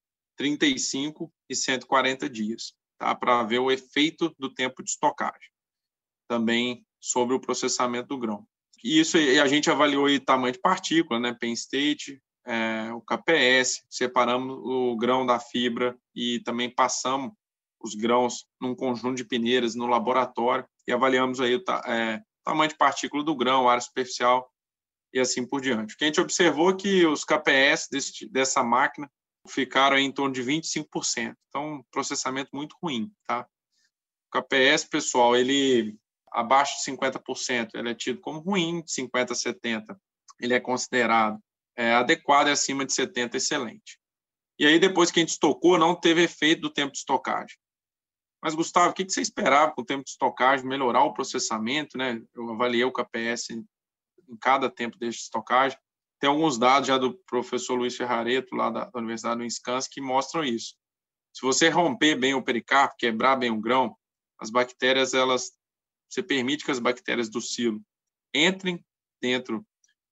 35 e 140 dias, tá? Para ver o efeito do tempo de estocagem, também sobre o processamento do grão. E isso a gente avaliou aí tamanho de partícula, né? Penn State, o KPS, separamos o grão da fibra e também passamos os grãos num conjunto de peneiras no laboratório e avaliamos aí o tamanho de partícula do grão, área superficial e assim por diante. O que a gente observou é que os KPS dessa máquina ficaram aí em torno de 25%. Então, um processamento muito ruim, tá? O KPS, pessoal, ele abaixo de 50%, ele é tido como ruim, de 50% a 70% ele é considerado adequado, e acima de 70% excelente. E aí, depois que a gente estocou, não teve efeito do tempo de estocagem. Mas, Gustavo, o que você esperava com o tempo de estocagem, melhorar o processamento, né? Eu avaliei o KPS em cada tempo de estocagem. Tem alguns dados já do professor Luiz Ferrareto, lá da Universidade do Wisconsin, que mostram isso. Se você romper bem o pericarpo, quebrar bem o grão, as bactérias, você permite que as bactérias do silo entrem dentro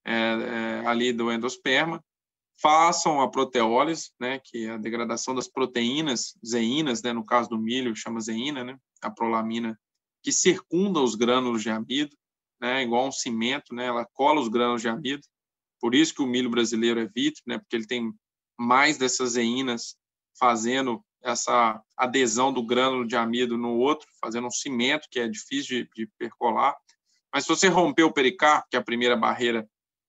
ali do endosperma, façam a proteólise, né, que é a degradação das proteínas, zeínas, né, no caso do milho, chama zeína, né, a prolamina, que circunda os grânulos de amido, né, igual um cimento, né, ela cola os grânulos de amido. Por isso que o milho brasileiro é vítreo, né, porque ele tem mais dessas zeínas fazendo essa adesão do grânulo de amido no outro, fazendo um cimento que é difícil de percolar. Mas se você romper o pericarpo, que é a primeira barreira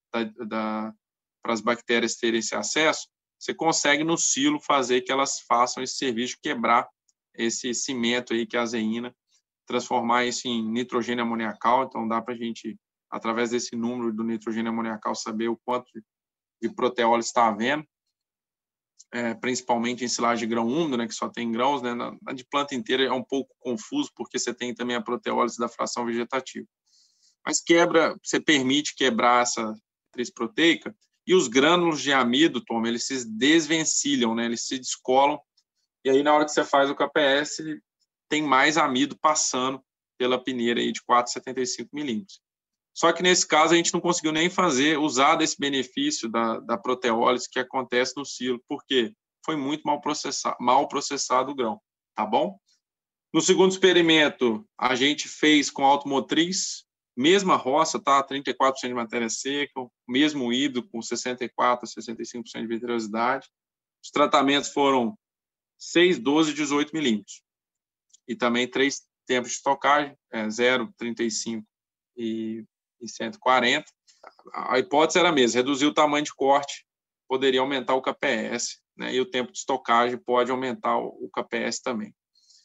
para as bactérias terem esse acesso, você consegue no silo fazer que elas façam esse serviço de quebrar esse cimento aí que é a zeína, transformar isso em nitrogênio amoniacal. Então dá para a gente, através desse número do nitrogênio amoniacal, saber o quanto de proteólise está havendo, principalmente em silagem de grão úmido, né, que só tem grãos, né, na de planta inteira é um pouco confuso, porque você tem também a proteólise da fração vegetativa. Mas você permite quebrar essa matriz proteica e os grânulos de amido, Tom, eles se desvencilham, né, eles se descolam, e aí na hora que você faz o KPS, tem mais amido passando pela peneira aí de 4,75 milímetros. Só que nesse caso a gente não conseguiu nem usar desse benefício da proteólise que acontece no silo, porque foi muito mal processado o grão, tá bom? No segundo experimento, a gente fez com automotriz, mesma roça, tá? 34% de matéria seca, mesmo híbrido com 64% a 65% de vitrilosidade. Os tratamentos foram 6, 12 e 18 milímetros. E também 3 tempos de estocagem, 0, 35 e 140. A hipótese era a mesma, reduzir o tamanho de corte poderia aumentar o KPS, né? E o tempo de estocagem pode aumentar o KPS também.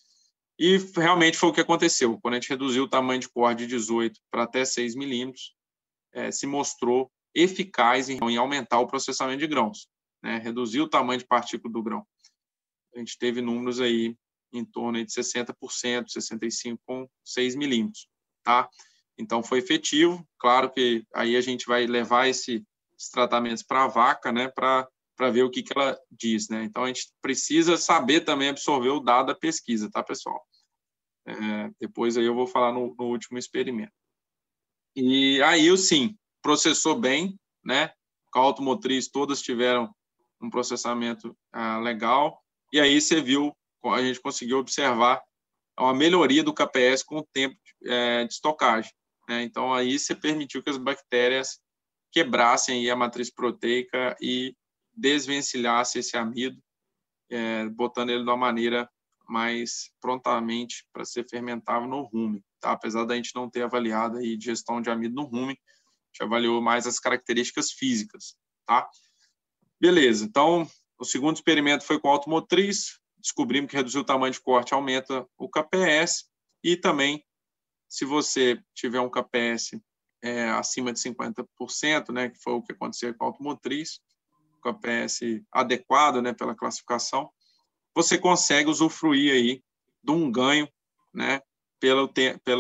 E realmente foi o que aconteceu. Quando a gente reduziu o tamanho de corte de 18 para até 6 milímetros, se mostrou eficaz em aumentar o processamento de grãos, né? Reduzir o tamanho de partícula do grão. A gente teve números aí em torno de 60%, 65% com 6 milímetros, tá? Então, foi efetivo. Claro que aí a gente vai levar esses tratamentos para a vaca, né, para ver o que ela diz, né? Então, a gente precisa saber também absorver o dado da pesquisa, tá, pessoal? Depois aí eu vou falar no último experimento. E aí, sim, processou bem, né? Com a automotriz, todas tiveram um processamento legal. E aí você viu, a gente conseguiu observar uma melhoria do KPS com o tempo de estocagem, né? Então, aí você permitiu que as bactérias quebrassem aí a matriz proteica e desvencilhassem esse amido, botando ele de uma maneira mais prontamente para ser fermentável no rumen, tá? Apesar da gente não ter avaliado aí digestão de amido no rumen, a gente avaliou mais as características físicas, tá? Beleza, então, o segundo experimento foi com automotriz, descobrimos que reduzir o tamanho de corte aumenta o KPS, e também, se você tiver um KPS acima de 50%, né, que foi o que aconteceu com a automotriz, KPS adequado, né, pela classificação, você consegue usufruir aí de um ganho, né, pela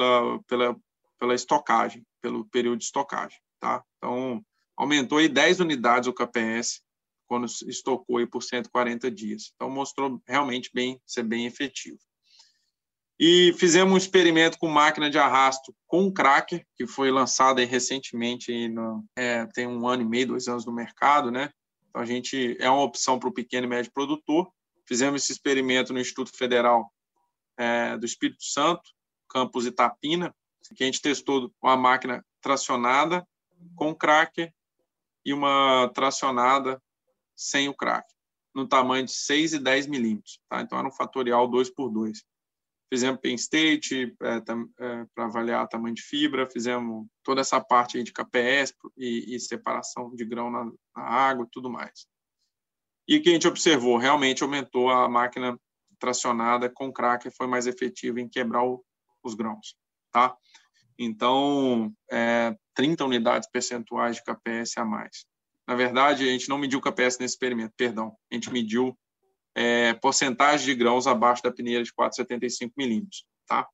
estocagem, pelo período de estocagem, tá? Então, aumentou aí 10 unidades o KPS quando estocou aí por 140 dias. Então, mostrou realmente ser bem efetivo. E fizemos um experimento com máquina de arrasto com cracker, que foi lançada recentemente, tem 1 ano e meio, 2 anos no mercado, né? Então, é uma opção para o pequeno e médio produtor. Fizemos esse experimento no Instituto Federal do Espírito Santo, campus Itapina, que a gente testou uma máquina tracionada com cracker e uma tracionada sem o cracker, no tamanho de 6 e 10 milímetros. Tá? Então, era um fatorial 2x2. Fizemos Penn State para avaliar o tamanho de fibra, fizemos toda essa parte aí de KPS e separação de grão na água e tudo mais. E o que a gente observou? Realmente aumentou a máquina tracionada com cracker, foi mais efetiva em quebrar os grãos. Tá? Então, 30 unidades percentuais de KPS a mais. Na verdade, a gente não mediu KPS nesse experimento, perdão. A gente mediu porcentagem de grãos abaixo da peneira de 4,75 milímetros, tá?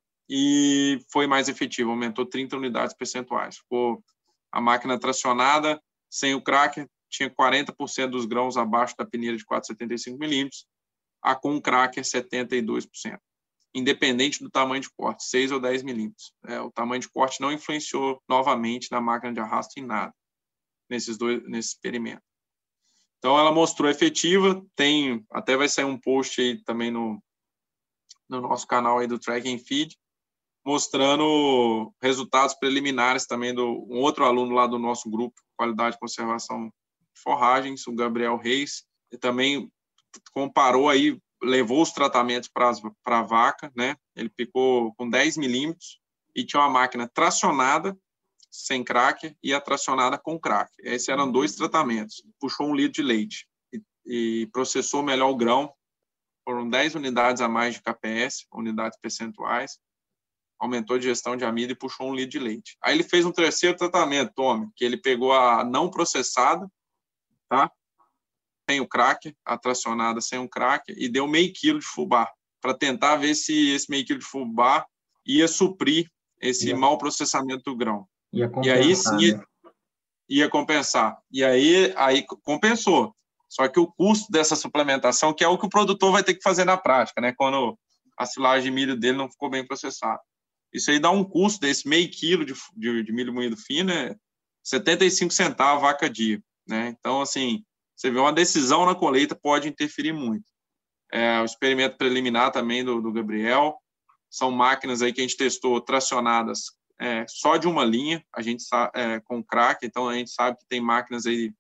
E foi mais efetivo, aumentou 30 unidades percentuais. Ficou a máquina tracionada, sem o cracker, tinha 40% dos grãos abaixo da peneira de 4,75 milímetros, a com o cracker, 72%. Independente do tamanho de corte, 6 ou 10 milímetros. O tamanho de corte não influenciou novamente na máquina de arrasto em nada, nesse experimento. Então, ela mostrou efetiva, até vai sair um post aí também no nosso canal aí do Track and Feed, mostrando resultados preliminares também um outro aluno lá do nosso grupo, Qualidade e Conservação de Forragens, o Gabriel Reis, e também comparou aí, levou os tratamentos para a vaca, né? Ele picou com 10 milímetros e tinha uma máquina tracionada, sem cracker, e a tracionada com cracker. Esses eram 2 tratamentos. Puxou 1 litro de leite e processou melhor o grão. Foram 10 unidades a mais de KPS, unidades percentuais. Aumentou a digestão de amido e puxou 1 litro de leite. Aí ele fez um terceiro tratamento, que ele pegou a não processada, tá? Sem o cracker, a tracionada sem o cracker, e deu meio quilo de fubá, para tentar ver se esse meio quilo de fubá ia suprir esse mau processamento do grão. E aí sim ia compensar. E aí compensou. Só que o custo dessa suplementação, que é o que o produtor vai ter que fazer na prática, né? Quando a silagem de milho dele não ficou bem processada. Isso aí dá um custo desse meio quilo de milho moído fino, 75 centavos a vaca dia, né? Então, assim, você vê uma decisão na colheita pode interferir muito. O experimento preliminar também do Gabriel, são máquinas aí que a gente testou tracionadas só de uma linha, a gente com crack, então a gente sabe que tem máquinas aí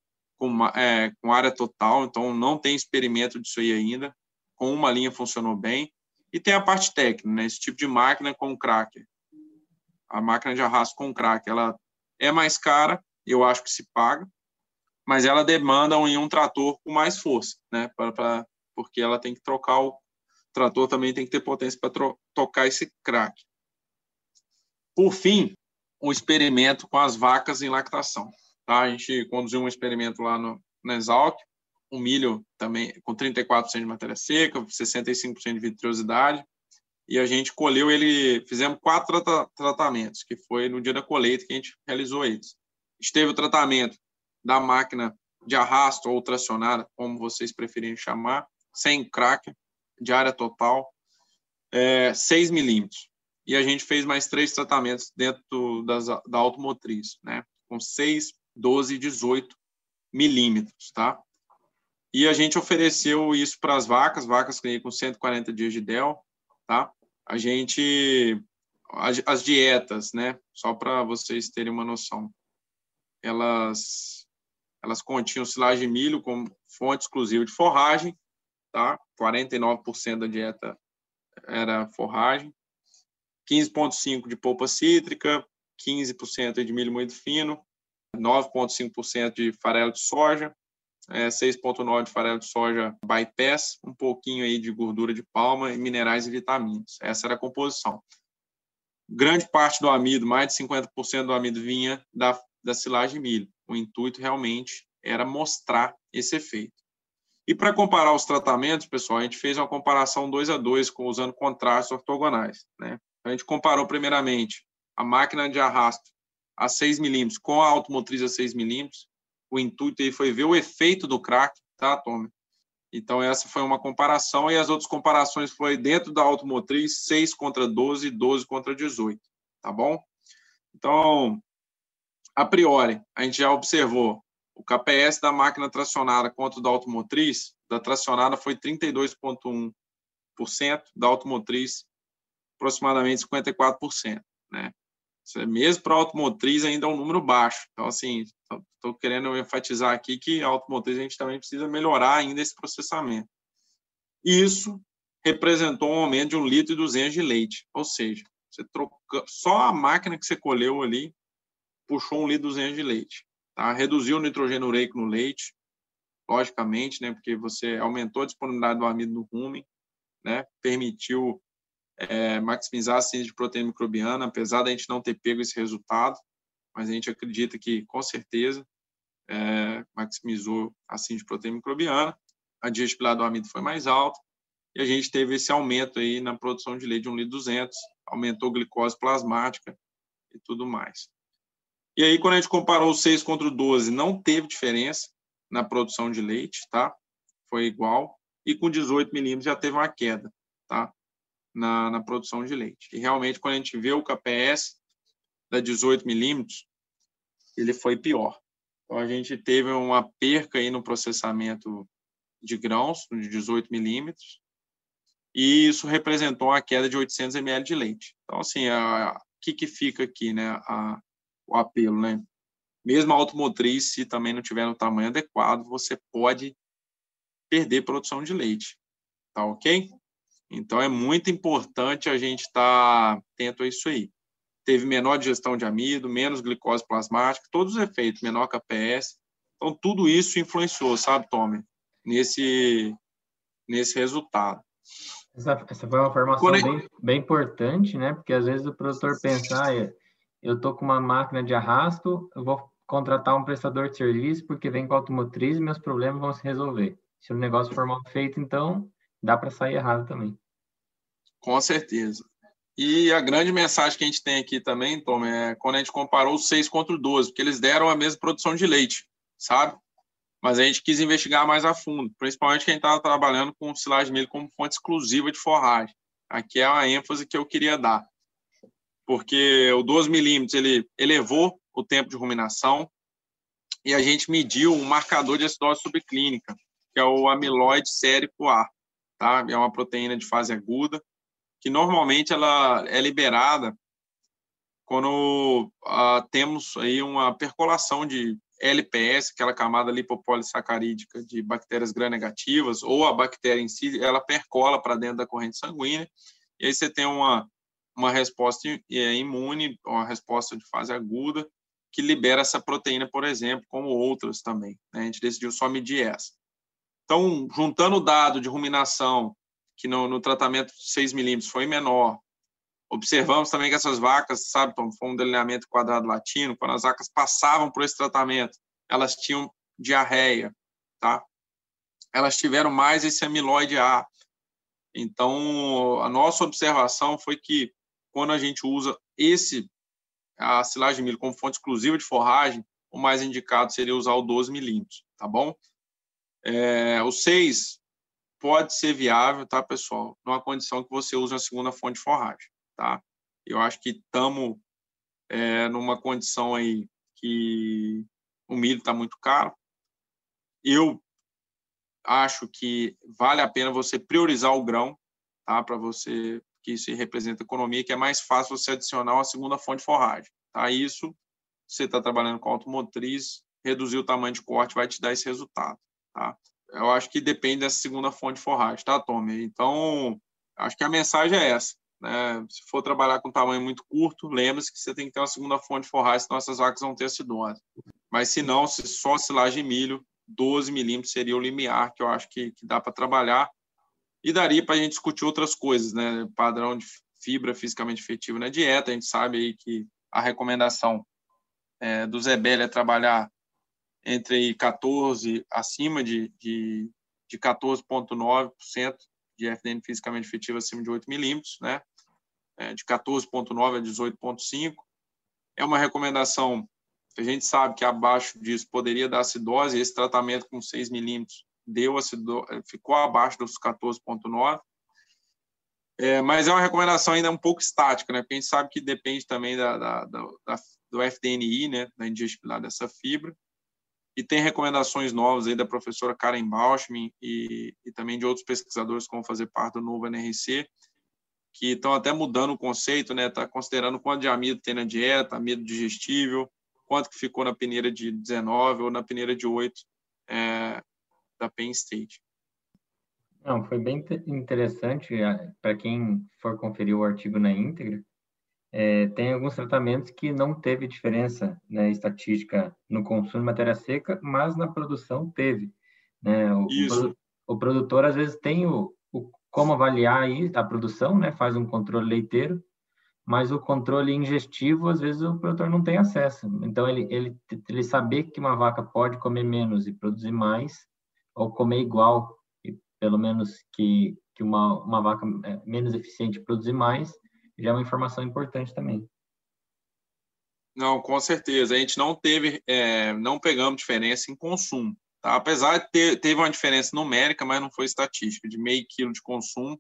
com área total, então não tem experimento disso aí ainda, com uma linha funcionou bem, e tem a parte técnica, né? Esse tipo de máquina com cracker, a máquina de arrasto com cracker, ela é mais cara, eu acho que se paga, mas ela demanda um trator com mais força, né? Porque ela tem que trocar o trator, também tem que ter potência para tocar esse crack. Por fim, o experimento com as vacas em lactação. Tá? A gente conduziu um experimento lá na Exalc, o milho também com 34% de matéria seca, 65% de vitrosidade, e a gente colheu ele, fizemos 4 tratamentos, que foi no dia da colheita que a gente realizou eles. A gente teve o tratamento da máquina de arrasto ou tracionada, como vocês preferirem chamar, sem cracker, de área total, 6 milímetros. E a gente fez mais 3 tratamentos dentro da automotriz, né? Com 6, 12 e 18 milímetros, tá? E a gente ofereceu isso para as vacas com 140 dias de DEL, tá? As dietas, né? Só para vocês terem uma noção, elas continham silagem de milho como fonte exclusiva de forragem, tá? 49% da dieta era forragem, 15,5% de polpa cítrica, 15% de milho moído fino, 9,5% de farelo de soja, 6,9% de farelo de soja bypass, um pouquinho aí de gordura de palma e minerais e vitaminas. Essa era a composição. Grande parte do amido, mais de 50% do amido vinha da silagem de milho. O intuito realmente era mostrar esse efeito. E para comparar os tratamentos, pessoal, a gente fez uma comparação 2-2 usando contrastes ortogonais, né? A gente comparou primeiramente a máquina de arrasto a 6 milímetros com a automotriz a 6 milímetros. O intuito aí foi ver o efeito do crack, tá, Tommy? Então, essa foi uma comparação, e as outras comparações foi dentro da automotriz, 6 contra 12 e 12 contra 18, tá bom? Então, a priori, a gente já observou o KPS da máquina tracionada contra o da automotriz. Da tracionada foi 32,1%, da automotriz aproximadamente 54%, né? Isso é, mesmo para a automotriz ainda é um número baixo. Então, assim, estou querendo enfatizar aqui que a automotriz a gente também precisa melhorar ainda esse processamento. Isso representou um aumento de 1,2 litro de leite. Ou seja, você troca, só a máquina que você colheu ali puxou 1,2 litro de leite. Tá? Reduziu o nitrogênio ureico no leite, logicamente, né? Porque você aumentou a disponibilidade do amido no rumen, né? Permitiu maximizar a síntese de proteína microbiana, apesar da gente não ter pego esse resultado, mas a gente acredita que, com certeza, maximizou a síntese de proteína microbiana, a digestibilidade do amido foi mais alta, e a gente teve esse aumento aí na produção de leite de 1,2 litro, aumentou a glicose plasmática e tudo mais. E aí, quando a gente comparou o 6 contra o 12, não teve diferença na produção de leite, tá? Foi igual, e com 18 milímetros já teve uma queda, tá? Na produção de leite. E realmente, quando a gente vê o KPS da 18 milímetros, ele foi pior. Então, a gente teve uma perca aí no processamento de grãos, de 18 milímetros, e isso representou uma queda de 800 ml de leite. Então, assim, o que fica aqui, né? O apelo, né? Mesmo a automotriz, se também não tiver no tamanho adequado, você pode perder produção de leite. Tá ok? Então, é muito importante a gente estar atento a isso aí. Teve menor digestão de amido, menos glicose plasmática, todos os efeitos, menor KPS. Então, tudo isso influenciou, sabe, Tommy, nesse resultado. Essa foi uma informação bem importante, né? Porque às vezes o produtor pensa, eu tô com uma máquina de arrasto, eu vou contratar um prestador de serviço porque vem com automotriz e meus problemas vão se resolver. Se o negócio for mal feito, então dá para sair errado também. Com certeza. E a grande mensagem que a gente tem aqui também, Tom, é quando a gente comparou o 6 contra o 12, porque eles deram a mesma produção de leite, sabe? Mas a gente quis investigar mais a fundo, principalmente quem estava trabalhando com silagem de milho como fonte exclusiva de forragem. Aqui é a ênfase que eu queria dar. Porque o 12 milímetros, ele elevou o tempo de ruminação e a gente mediu um marcador de acidose subclínica, que é o amiloide sérico A, tá? É uma proteína de fase aguda, que normalmente ela é liberada quando temos aí uma percolação de LPS, aquela camada lipopolissacarídica de bactérias gram-negativas, ou a bactéria em si, ela percola para dentro da corrente sanguínea, e aí você tem uma resposta imune, uma resposta de fase aguda, que libera essa proteína, por exemplo, como outras também, né? A gente decidiu só medir essa. Então, juntando o dado de ruminação, que no tratamento de 6 milímetros foi menor, observamos também que essas vacas, sabe, Tom, foi um delineamento quadrado latino, quando as vacas passavam por esse tratamento, elas tinham diarreia, tá? Elas tiveram mais esse amiloide A. Então, a nossa observação foi que quando a gente usa a silagem de milho como fonte exclusiva de forragem, o mais indicado seria usar o 12 milímetros, tá bom? O 6 pode ser viável, tá, pessoal? Numa condição que você use uma segunda fonte de forragem, tá? Eu acho que estamos numa condição aí que o milho está muito caro. Eu acho que vale a pena você priorizar o grão, tá? Para você, que isso representa economia, que é mais fácil você adicionar uma segunda fonte de forragem, tá? Isso, você está trabalhando com automotriz, reduzir o tamanho de corte vai te dar esse resultado, tá? Eu acho que depende dessa segunda fonte de forragem, tá, Tommy? Então, acho que a mensagem é essa, né? Se for trabalhar com tamanho muito curto, lembre-se que você tem que ter uma segunda fonte de forragem, senão essas vacas vão ter acidose. Mas se não, se só silagem de milho, 12 milímetros seria o limiar que eu acho que dá para trabalhar. E daria para a gente discutir outras coisas, né? Padrão de fibra fisicamente efetiva na dieta. A gente sabe aí que a recomendação do Zebelli é trabalhar entre 14, acima de 14,9% de FDN fisicamente efetivo acima de 8 milímetros, né? De 14,9 a 18,5. É uma recomendação que a gente sabe que abaixo disso poderia dar acidose, e esse tratamento com 6 milímetros ficou abaixo dos 14,9. Mas é uma recomendação ainda um pouco estática, né? Porque a gente sabe que depende também do FDNI, né? Da indigestibilidade dessa fibra. E tem recomendações novas aí da professora Karen Bauschman e também de outros pesquisadores que vão fazer parte do novo NRC, que estão até mudando o conceito, né? Está considerando quanto de amido tem na dieta, amido digestível, quanto que ficou na peneira de 19 ou na peneira de 8 da Penn State. Não, foi bem interessante. Para quem for conferir o artigo na íntegra, tem alguns tratamentos que não teve diferença, né, estatística no consumo de matéria seca, mas na produção teve, né? O produtor, às vezes, tem como avaliar aí a produção, né? Faz um controle leiteiro, mas o controle ingestivo, às vezes, o produtor não tem acesso. Então, ele saber que uma vaca pode comer menos e produzir mais, ou comer igual, e pelo menos que uma vaca menos eficiente produzir mais, já é uma informação importante também. Não, com certeza. A gente não pegamos diferença em consumo. Tá? Apesar de teve uma diferença numérica, mas não foi estatística, de meio quilo de consumo,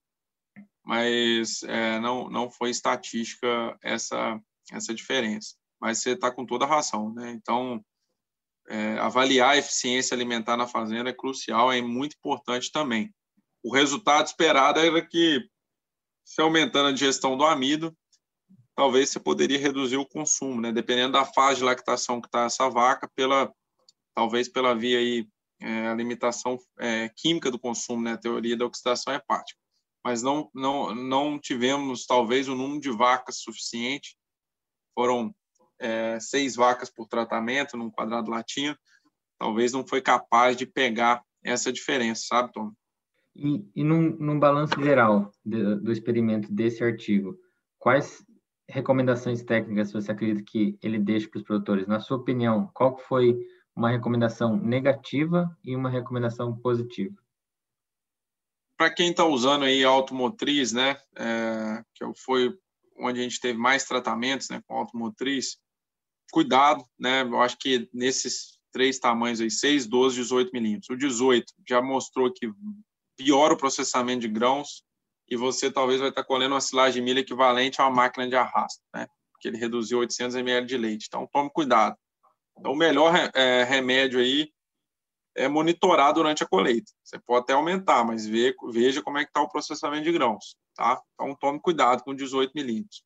mas não foi estatística essa diferença. Mas você está com toda a razão, né? Então, avaliar a eficiência alimentar na fazenda é crucial, é muito importante também. O resultado esperado era que, se aumentando a digestão do amido, talvez você poderia reduzir o consumo, né? Dependendo da fase de lactação que está essa vaca, talvez pela via aí, a limitação química do consumo, né? A teoria da oxidação hepática. Mas não tivemos, talvez, o número de vacas suficiente. Foram 6 vacas por tratamento num quadrado latino. Talvez não foi capaz de pegar essa diferença, sabe, Tom? E num balanço geral do experimento desse artigo, quais recomendações técnicas você acredita que ele deixa para os produtores? Na sua opinião, qual foi uma recomendação negativa e uma recomendação positiva? Para quem está usando aí automotriz, né, que foi onde a gente teve mais tratamentos, né, com automotriz, cuidado, né? Eu acho que nesses 3 tamanhos aí, 6, 12, 18 milímetros. O 18 já mostrou que piora o processamento de grãos e você talvez vai estar colhendo uma silagem de milho equivalente a uma máquina de arrasto, né? Porque ele reduziu 800 ml de leite. Então, tome cuidado. Então, o melhor remédio aí é monitorar durante a colheita. Você pode até aumentar, mas veja como é que está o processamento de grãos, tá? Então, tome cuidado com 18 milímetros.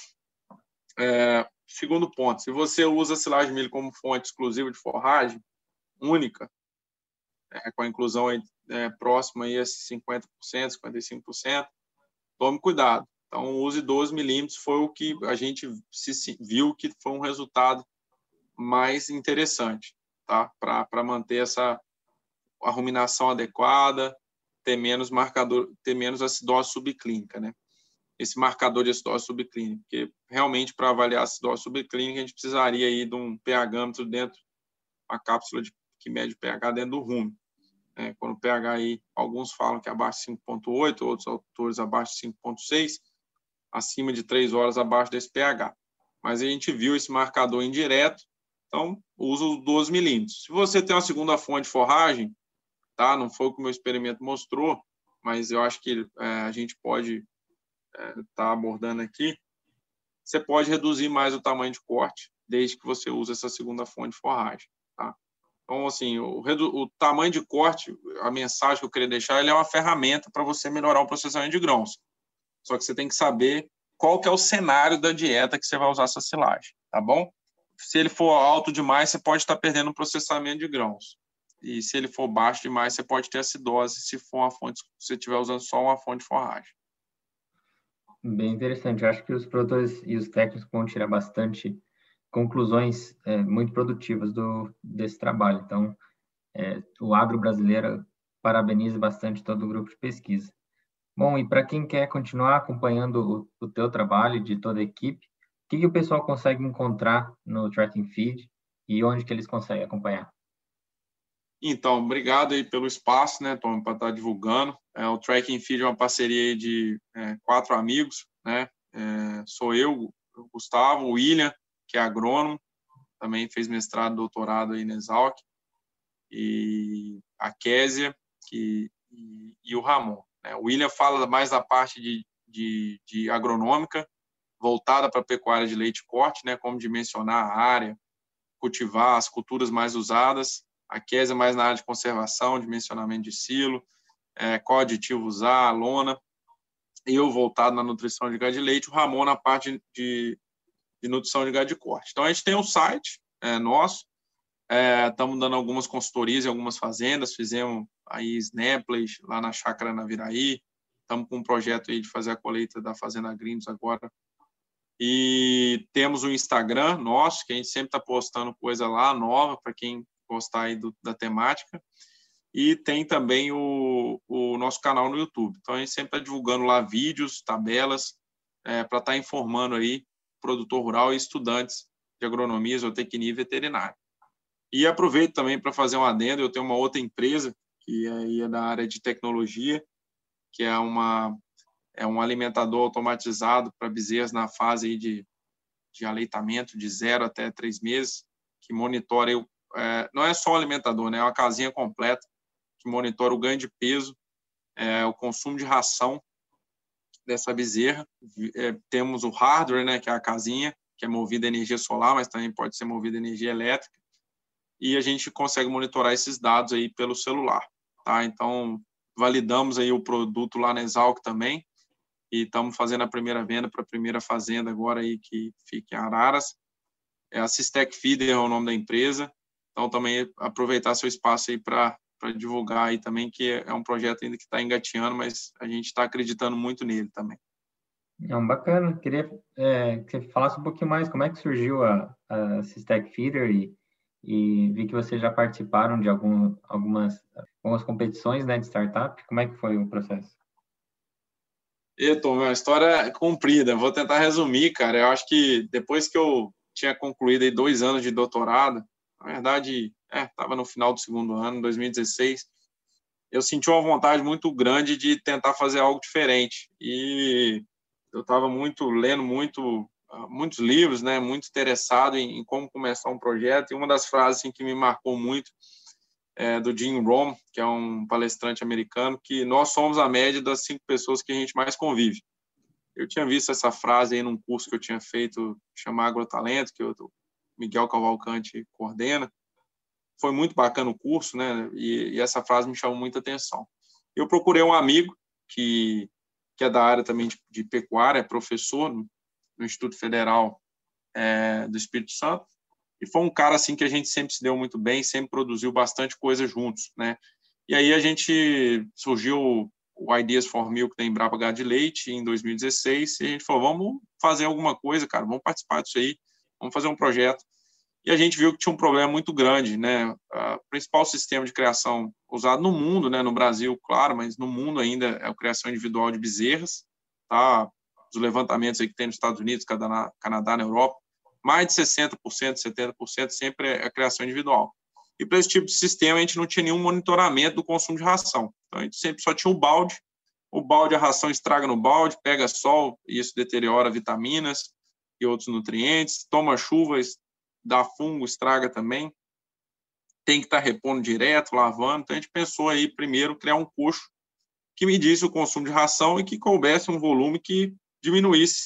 Segundo ponto, se você usa silagem de milho como fonte exclusiva de forragem, única, com a inclusão próxima aí a 50%, 55%, tome cuidado. Então, use 12 milímetros, foi o que a gente viu que foi um resultado mais interessante, tá? Para manter a ruminação adequada, ter menos acidose subclínica, né? Esse marcador de acidose subclínica, porque realmente para avaliar a acidose subclínica a gente precisaria aí de um pH-metro dentro, uma cápsula que mede o pH dentro do rumen. Quando o pH aí, alguns falam que é abaixo de 5,8, outros autores abaixo de 5,6, acima de 3 horas abaixo desse pH. Mas a gente viu esse marcador indireto, então usa os 12 milímetros. Se você tem uma segunda fonte de forragem, tá? Não foi o que o meu experimento mostrou, mas eu acho que a gente pode estar abordando aqui, você pode reduzir mais o tamanho de corte, desde que você use essa segunda fonte de forragem, tá? Então, assim, o tamanho de corte, a mensagem que eu queria deixar, ele é uma ferramenta para você melhorar o processamento de grãos. Só que você tem que saber qual que é o cenário da dieta que você vai usar essa silagem, tá bom? Se ele for alto demais, você pode estar perdendo o processamento de grãos. E se ele for baixo demais, você pode ter acidose se você estiver usando só uma fonte de forragem. Bem interessante. Eu acho que os produtores e os técnicos vão tirar bastante conclusões muito produtivas desse trabalho. Então, o agro brasileiro parabeniza bastante todo o grupo de pesquisa. Bom, e para quem quer continuar acompanhando o teu trabalho de toda a equipe, o que o pessoal consegue encontrar no Track and Feed e onde que eles conseguem acompanhar? Então, obrigado aí pelo espaço, né, Tom, para estar divulgando. O Track and Feed é uma parceria de 4 amigos, né? Sou eu, o Gustavo, o William, que é agrônomo, também fez mestrado e doutorado aí na Exalc, e a Késia, e o Ramon, né? O William fala mais da parte de agronômica, voltada para a pecuária de leite e corte, né? Como dimensionar a área, cultivar as culturas mais usadas. A Kézia mais na área de conservação, dimensionamento de silo, qual aditivo usar, lona. Eu voltado na nutrição de gado de leite, o Ramon na parte de nutrição de gado de corte. Então, a gente tem um site nosso, estamos dando algumas consultorias em algumas fazendas, fizemos aí Snapley lá na Chácara Naviraí, estamos com um projeto aí de fazer a colheita da Fazenda Grindos agora. E temos o Instagram nosso, que a gente sempre está postando coisa lá nova para quem gostar aí da temática. E tem também o nosso canal no YouTube. Então, a gente sempre está divulgando lá vídeos, tabelas, para estar informando aí produtor rural e estudantes de agronomia, zootecnia e veterinária. E aproveito também para fazer um adendo, eu tenho uma outra empresa que é da área de tecnologia, que é um alimentador automatizado para bezerros na fase aí de aleitamento de 0 até 3 meses, que monitora, não é só o alimentador, né? É uma casinha completa, que monitora o ganho de peso, o consumo de ração dessa bezerra. Temos o hardware, né, que é a casinha, que é movida a energia solar, mas também pode ser movida a energia elétrica, e a gente consegue monitorar esses dados aí pelo celular, tá? Então, validamos aí o produto lá na Exalc também, e estamos fazendo a primeira venda para a primeira fazenda agora aí que fica em Araras. A Sistec Feeder é o nome da empresa, então também aproveitar seu espaço aí para divulgar aí também, que é um projeto ainda que está engateando, mas a gente está acreditando muito nele também. Bacana. Queria que você falasse um pouquinho mais como é que surgiu a Sistec Feeder e vi que vocês já participaram de algumas competições, né, de startup. Como é que foi o processo? Tom, uma história comprida. Vou tentar resumir, cara. Eu acho que depois que eu tinha concluído aí 2 anos de doutorado, na verdade, estava no final do segundo ano, 2016, eu senti uma vontade muito grande de tentar fazer algo diferente. E eu estava lendo muitos livros, né, muito interessado em como começar um projeto. E uma das frases assim, que me marcou muito é do Jim Rohn, que é um palestrante americano, que nós somos a média das 5 pessoas que a gente mais convive. Eu tinha visto essa frase aí num curso que eu tinha feito, chamado Agrotalento, que o Miguel Cavalcante coordena. Foi muito bacana o curso, né? E essa frase me chamou muita atenção. Eu procurei um amigo que é da área também de pecuária, é professor no Instituto Federal do Espírito Santo, e foi um cara assim que a gente sempre se deu muito bem, sempre produziu bastante coisa juntos, né? E aí a gente surgiu o Ideas for Milk da Embrapa Gado de Leite em 2016, e a gente falou, vamos fazer alguma coisa, cara, vamos participar disso aí, vamos fazer um projeto. E a gente viu que tinha um problema muito grande, né? O principal sistema de criação usado no mundo, né? No Brasil, claro, mas no mundo ainda é a criação individual de bezerras, tá? Os levantamentos aí que tem nos Estados Unidos, Canadá, na Europa, mais de 60%, 70% sempre é a criação individual. E para esse tipo de sistema, a gente não tinha nenhum monitoramento do consumo de ração. Então, a gente sempre só tinha o balde, a ração estraga no balde, pega sol, e isso deteriora vitaminas e outros nutrientes, toma chuva, dá fungo, estraga também, tem que estar repondo direto, lavando. Então, a gente pensou aí, primeiro, criar um coxo que medisse o consumo de ração e que coubesse um volume que diminuísse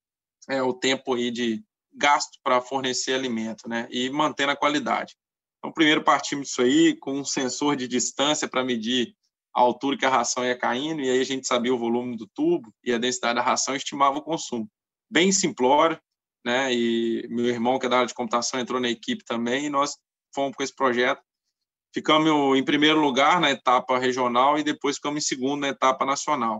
o tempo aí de gasto para fornecer alimento, né? E mantendo a qualidade. Então, primeiro partimos disso aí, com um sensor de distância para medir a altura que a ração ia caindo, e aí a gente sabia o volume do tubo e a densidade da ração e estimava o consumo. Bem simplório, né? E meu irmão, que é da área de computação, entrou na equipe também, e nós fomos com esse projeto. Ficamos em primeiro lugar na etapa regional e depois ficamos em segundo na etapa nacional.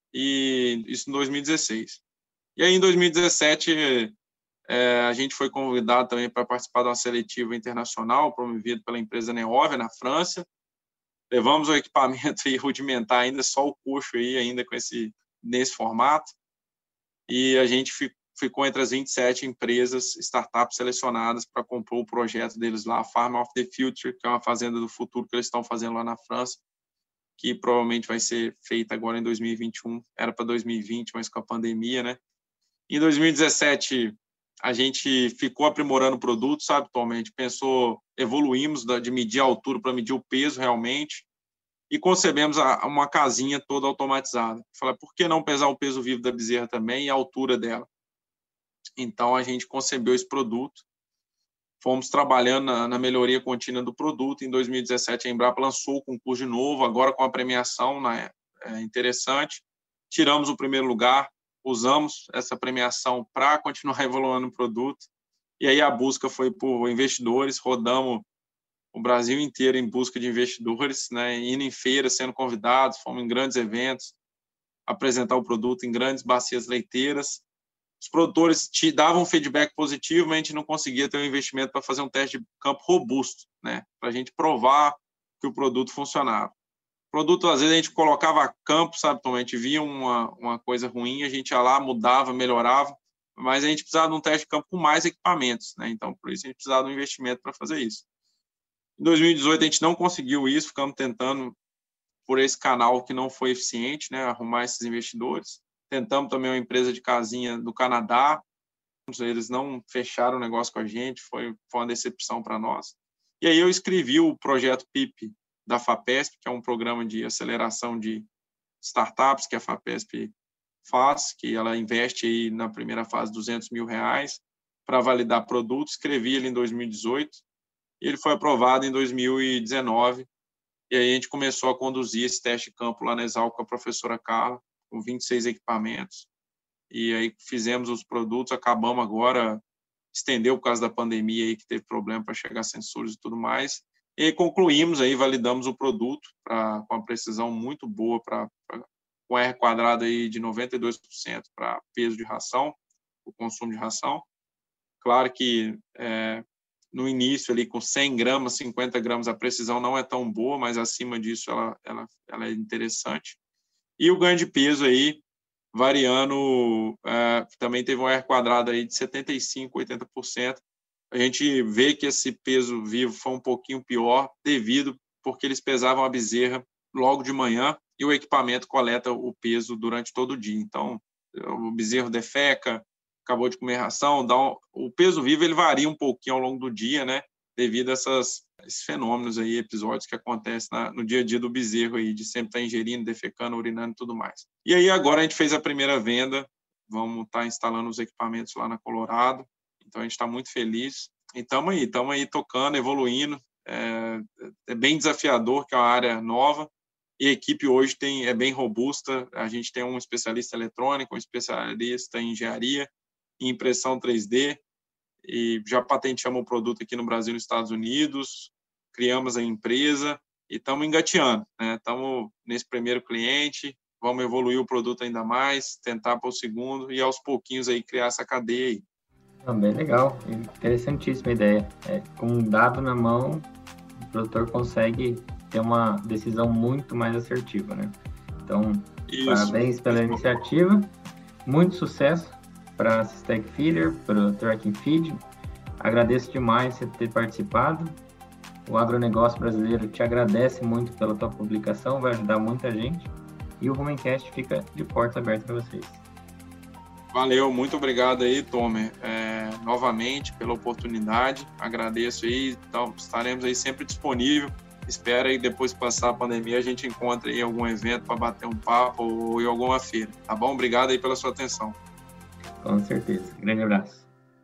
E isso em 2016. E aí, em 2017, a gente foi convidado também para participar de uma seletiva internacional promovida pela empresa Neovia, na França. Levamos o equipamento aí rudimentar ainda, só o coxo aí ainda nesse formato. E a gente ficou entre as 27 empresas, startups selecionadas para compor o projeto deles lá, Farm of the Future, que é uma fazenda do futuro que eles estão fazendo lá na França, que provavelmente vai ser feita agora em 2021. Era para 2020, mas com a pandemia, né? Em 2017, a gente ficou aprimorando o produto, sabe, Tom? A gente pensou, evoluímos de medir a altura para medir o peso realmente. e concebemos uma casinha toda automatizada. Falei, por que não pesar o peso vivo da bezerra também e a altura dela? Então, a gente concebeu esse produto, fomos trabalhando na melhoria contínua do produto. Em 2017, a Embrapa lançou o concurso de novo, agora com a premiação interessante. Tiramos o primeiro lugar, usamos essa premiação para continuar evoluindo o produto. E aí a busca foi por investidores, rodamos o Brasil inteiro em busca de investidores, né, indo em feiras, sendo convidados, fomos em grandes eventos, apresentar o produto em grandes bacias leiteiras. Os produtores te davam feedback positivo, mas a gente não conseguia ter um investimento para fazer um teste de campo robusto, né, para a gente provar que o produto funcionava. O produto, às vezes, a gente colocava a campo, sabe, Tom? A gente via uma coisa ruim, a gente ia lá, mudava, melhorava, mas a gente precisava de um teste de campo com mais equipamentos, né? Então, por isso, a gente precisava de um investimento para fazer isso. Em 2018, a gente não conseguiu isso, ficamos tentando por esse canal que não foi eficiente, né, arrumar esses investidores. Tentamos também uma empresa de casinha do Canadá, eles não fecharam o negócio com a gente, foi uma decepção para nós. E aí eu escrevi o projeto PIP da FAPESP, que é um programa de aceleração de startups que a FAPESP faz, que ela investe aí na primeira fase R$200 mil para validar produtos. Escrevi ele em 2018 e ele foi aprovado em 2019. E aí a gente começou a conduzir esse teste de campo lá na Exalc com a professora Carla, com 26 equipamentos. E aí fizemos os produtos, acabamos agora, estendeu por causa da pandemia aí, que teve problema para chegar sensores e tudo mais. E concluímos aí, validamos o produto com uma precisão muito boa, com R quadrado aí de 92% para peso de ração, o consumo de ração. Claro que no início ali com 100 gramas, 50 gramas, a precisão não é tão boa, mas acima disso ela é interessante. E o ganho de peso aí, variando, também teve um R quadrado aí de 75%, 80%. A gente vê que esse peso vivo foi um pouquinho pior porque eles pesavam a bezerra logo de manhã e o equipamento coleta o peso durante todo o dia. Então, o bezerro defeca, acabou de comer ração, o peso vivo ele varia um pouquinho ao longo do dia, né? Devido a esses fenômenos aí, episódios que acontecem no dia a dia do bezerro aí, de sempre estar ingerindo, defecando, urinando e tudo mais. E aí agora a gente fez a primeira venda, vamos estar instalando os equipamentos lá na Colorado, então a gente está muito feliz. E estamos aí tocando, evoluindo, é bem desafiador, que é uma área nova, e a equipe hoje é bem robusta, a gente tem um especialista em eletrônica, um especialista em engenharia, em impressão 3D, e já patenteamos o produto aqui no Brasil e nos Estados Unidos, criamos a empresa e estamos engateando, né? Estamos nesse primeiro cliente, vamos evoluir o produto ainda mais, tentar para o segundo e aos pouquinhos aí criar essa cadeia aí. Bem legal, interessantíssima ideia. Com um dado na mão, o produtor consegue ter uma decisão muito mais assertiva, né? Então, parabéns pela iniciativa, muito sucesso para a Stack Feeder, para o Tracking Feed. Agradeço demais você ter participado. O agronegócio brasileiro te agradece muito pela tua publicação, vai ajudar muita gente. E o Rumencast fica de portas abertas para vocês. Valeu, muito obrigado aí, Tomer, novamente pela oportunidade. Agradeço aí, então estaremos aí sempre disponível. Espero aí depois que passar a pandemia a gente encontre aí algum evento para bater um papo ou em alguma feira, tá bom? Obrigado aí pela sua atenção. Com certeza. Grande abraço.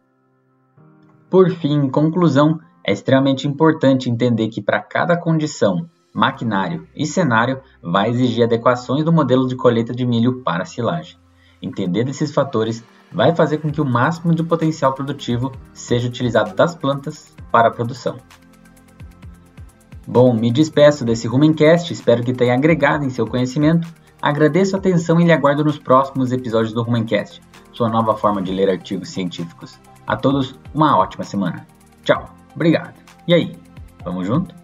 Por fim, em conclusão, é extremamente importante entender que para cada condição, maquinário e cenário vai exigir adequações do modelo de colheita de milho para a silagem. Entender desses fatores vai fazer com que o máximo de potencial produtivo seja utilizado das plantas para a produção. Bom, me despeço desse Rumencast, espero que tenha agregado em seu conhecimento. Agradeço a atenção e lhe aguardo nos próximos episódios do Rumencast, sua nova forma de ler artigos científicos. A todos, uma ótima semana. Tchau, obrigado. E aí, vamos junto?